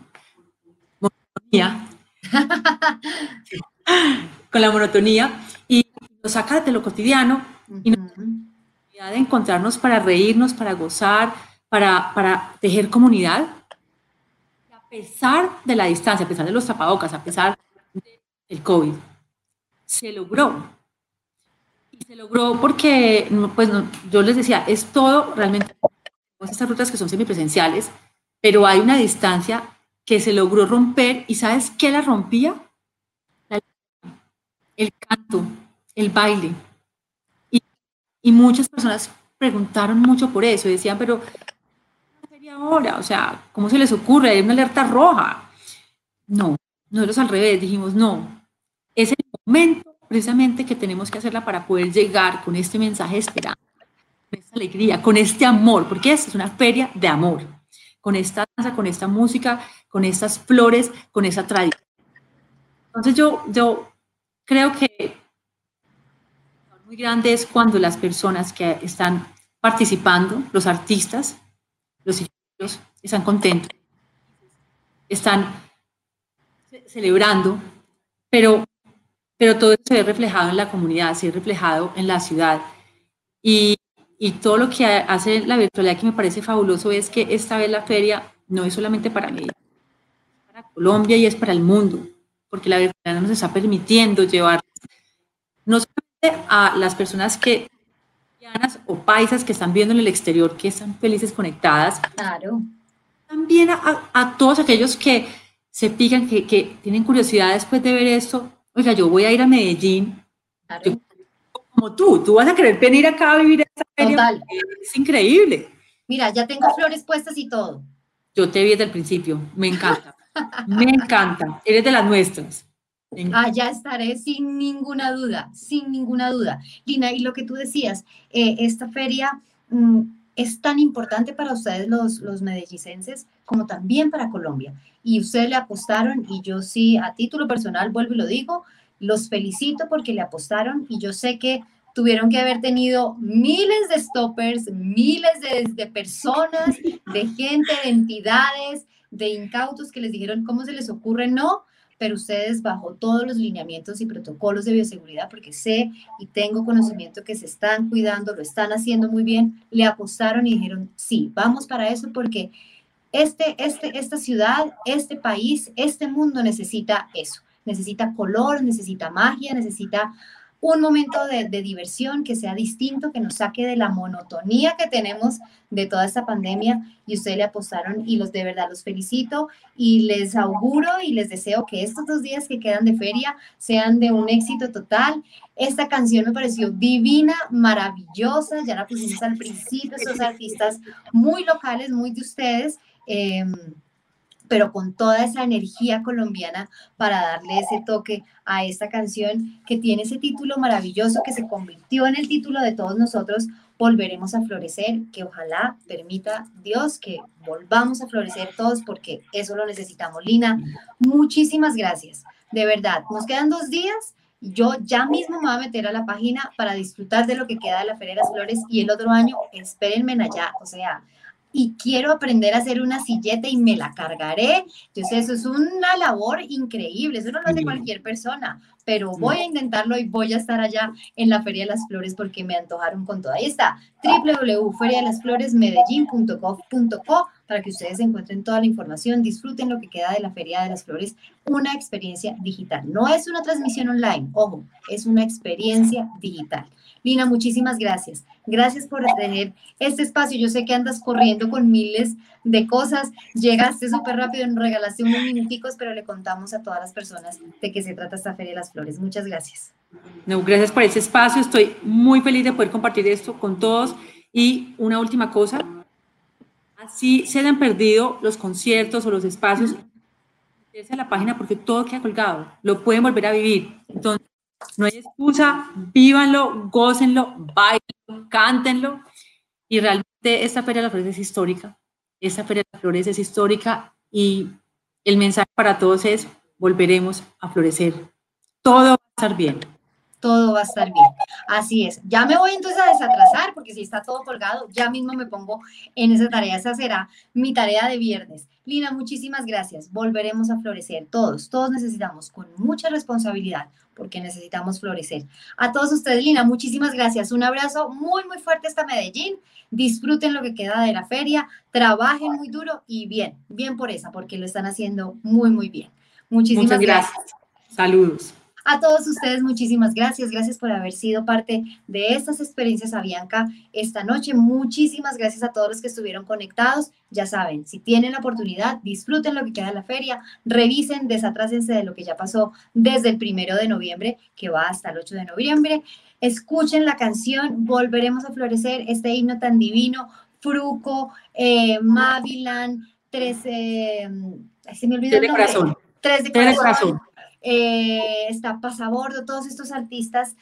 con la monotonía y nos saca de lo cotidiano y nos da la oportunidad de encontrarnos para reírnos, para gozar, para tejer comunidad. Y a pesar de la distancia, a pesar de los tapabocas, a pesar del COVID, se logró. Y se logró porque, pues, yo les decía, es todo realmente, estas rutas que son semipresenciales, pero hay una distancia que se logró romper, y ¿sabes qué la rompía? El canto, el baile. Y muchas personas preguntaron mucho por eso, y decían, pero ¿qué sería ahora? O sea, ¿cómo se les ocurre? Hay una alerta roja. No, nosotros al revés, dijimos, no, es el momento precisamente que tenemos que hacerla para poder llegar con este mensaje de esperanza, con esta alegría, con este amor, porque esta es una feria de amor, con esta danza, con esta música, con estas flores, con esa tradición. Entonces yo creo que muy grande es cuando las personas que están participando, los artistas, los hijos, están contentos, están celebrando, pero todo eso se ve reflejado en la comunidad, se ve reflejado en la ciudad. Y todo lo que hace la virtualidad, que me parece fabuloso, es que esta vez la feria no es solamente para Medellín, es para Colombia y es para el mundo, porque la virtualidad nos está permitiendo llevar no solamente a las personas o paisas que están viendo en el exterior, que están felices conectadas, claro, también a todos aquellos que se pican, que tienen curiosidad después de ver esto. Oiga, yo voy a ir a Medellín, claro. Como tú vas a querer venir acá a vivir esta feria. Total. Es increíble. Mira, ya tengo flores puestas y todo. Yo te vi desde el principio, me encanta, me encanta, eres de las nuestras. Ya estaré sin ninguna duda, sin ninguna duda. Lina, y lo que tú decías, esta feria es tan importante para ustedes los medellicenses como también para Colombia. Y ustedes le apostaron, y yo sí, a título personal, vuelvo y lo digo, los felicito porque le apostaron, y yo sé que tuvieron que haber tenido miles de stoppers, miles de personas, de gente, de entidades, de incautos que les dijeron cómo se les ocurre, no, pero ustedes bajo todos los lineamientos y protocolos de bioseguridad, porque sé y tengo conocimiento que se están cuidando, lo están haciendo muy bien, le apostaron y dijeron, sí, vamos para eso porque esta ciudad, este país, este mundo necesita eso, necesita color, necesita magia, necesita un momento de diversión que sea distinto, que nos saque de la monotonía que tenemos de toda esta pandemia, y ustedes le apostaron y de verdad los felicito y les auguro y les deseo que estos 2 días que quedan de feria sean de un éxito total. Esta canción me pareció divina, maravillosa, ya la pusimos al principio, estos artistas muy locales, muy de ustedes, pero con toda esa energía colombiana para darle ese toque a esta canción que tiene ese título maravilloso que se convirtió en el título de todos nosotros, Volveremos a Florecer, que ojalá permita Dios que volvamos a florecer todos porque eso lo necesitamos. Lina, muchísimas gracias. De verdad, nos quedan 2 días. Yo ya mismo me voy a meter a la página para disfrutar de lo que queda de la Feria de las Flores y el otro año, espérenme allá, o sea, y quiero aprender a hacer una silleta y me la cargaré. Yo sé, eso es una labor increíble, eso no lo hace cualquier persona, pero voy a intentarlo y voy a estar allá en la Feria de las Flores porque me antojaron con todo. Ahí está, www.feriadelasfloresmedellin.gov.co para que ustedes encuentren toda la información, disfruten lo que queda de la Feria de las Flores, una experiencia digital. No es una transmisión online, ojo, es una experiencia digital. Lina, muchísimas gracias. Gracias por tener este espacio. Yo sé que andas corriendo con miles de cosas. Llegaste súper rápido, nos regalaste unos minuticos, pero le contamos a todas las personas de qué se trata esta Feria de las Flores. Muchas gracias. No, gracias por ese espacio. Estoy muy feliz de poder compartir esto con todos. Y una última cosa, así se han perdido los conciertos o los espacios, meterse a la página porque todo queda colgado. Lo pueden volver a vivir. Entonces, no hay excusa, vívanlo, gócenlo, bailenlo, cántenlo. Y realmente esta Feria de las Flores es histórica. Esta Feria de las Flores es histórica y el mensaje para todos es: volveremos a florecer. Todo va a estar bien. Todo va a estar bien. Así es. Ya me voy entonces a desatrasar porque si está todo colgado, ya mismo me pongo en esa tarea. Esa será mi tarea de viernes. Lina, muchísimas gracias. Volveremos a florecer. Todos necesitamos con mucha responsabilidad porque necesitamos florecer. A todos ustedes, Lina, muchísimas gracias. Un abrazo muy, muy fuerte hasta Medellín. Disfruten lo que queda de la feria. Trabajen muy duro y bien por esa porque lo están haciendo muy, muy bien. Muchísimas gracias. Saludos. A todos ustedes, muchísimas gracias. Gracias por haber sido parte de estas experiencias Avianca esta noche. Muchísimas gracias a todos los que estuvieron conectados. Ya saben, si tienen la oportunidad, disfruten lo que queda de la feria, revisen, desatrásense de lo que ya pasó desde el 1 de noviembre, que va hasta el 8 de noviembre. Escuchen la canción Volveremos a Florecer, este himno tan divino, Fruco, Mavilan, 13, se me olvidó el nombre. Tres de corazón. Está Pasabordo, todos estos artistas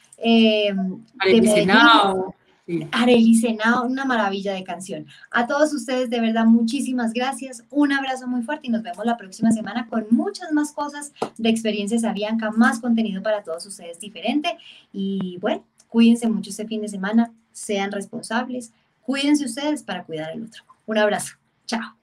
Arely Senao, una maravilla de canción. A todos ustedes, de verdad, muchísimas gracias, un abrazo muy fuerte y nos vemos la próxima semana con muchas más cosas de Experiencias Avianca, más contenido para todos ustedes diferente. Y bueno, cuídense mucho este fin de semana, sean responsables, cuídense ustedes para cuidar al otro. Un abrazo, chao.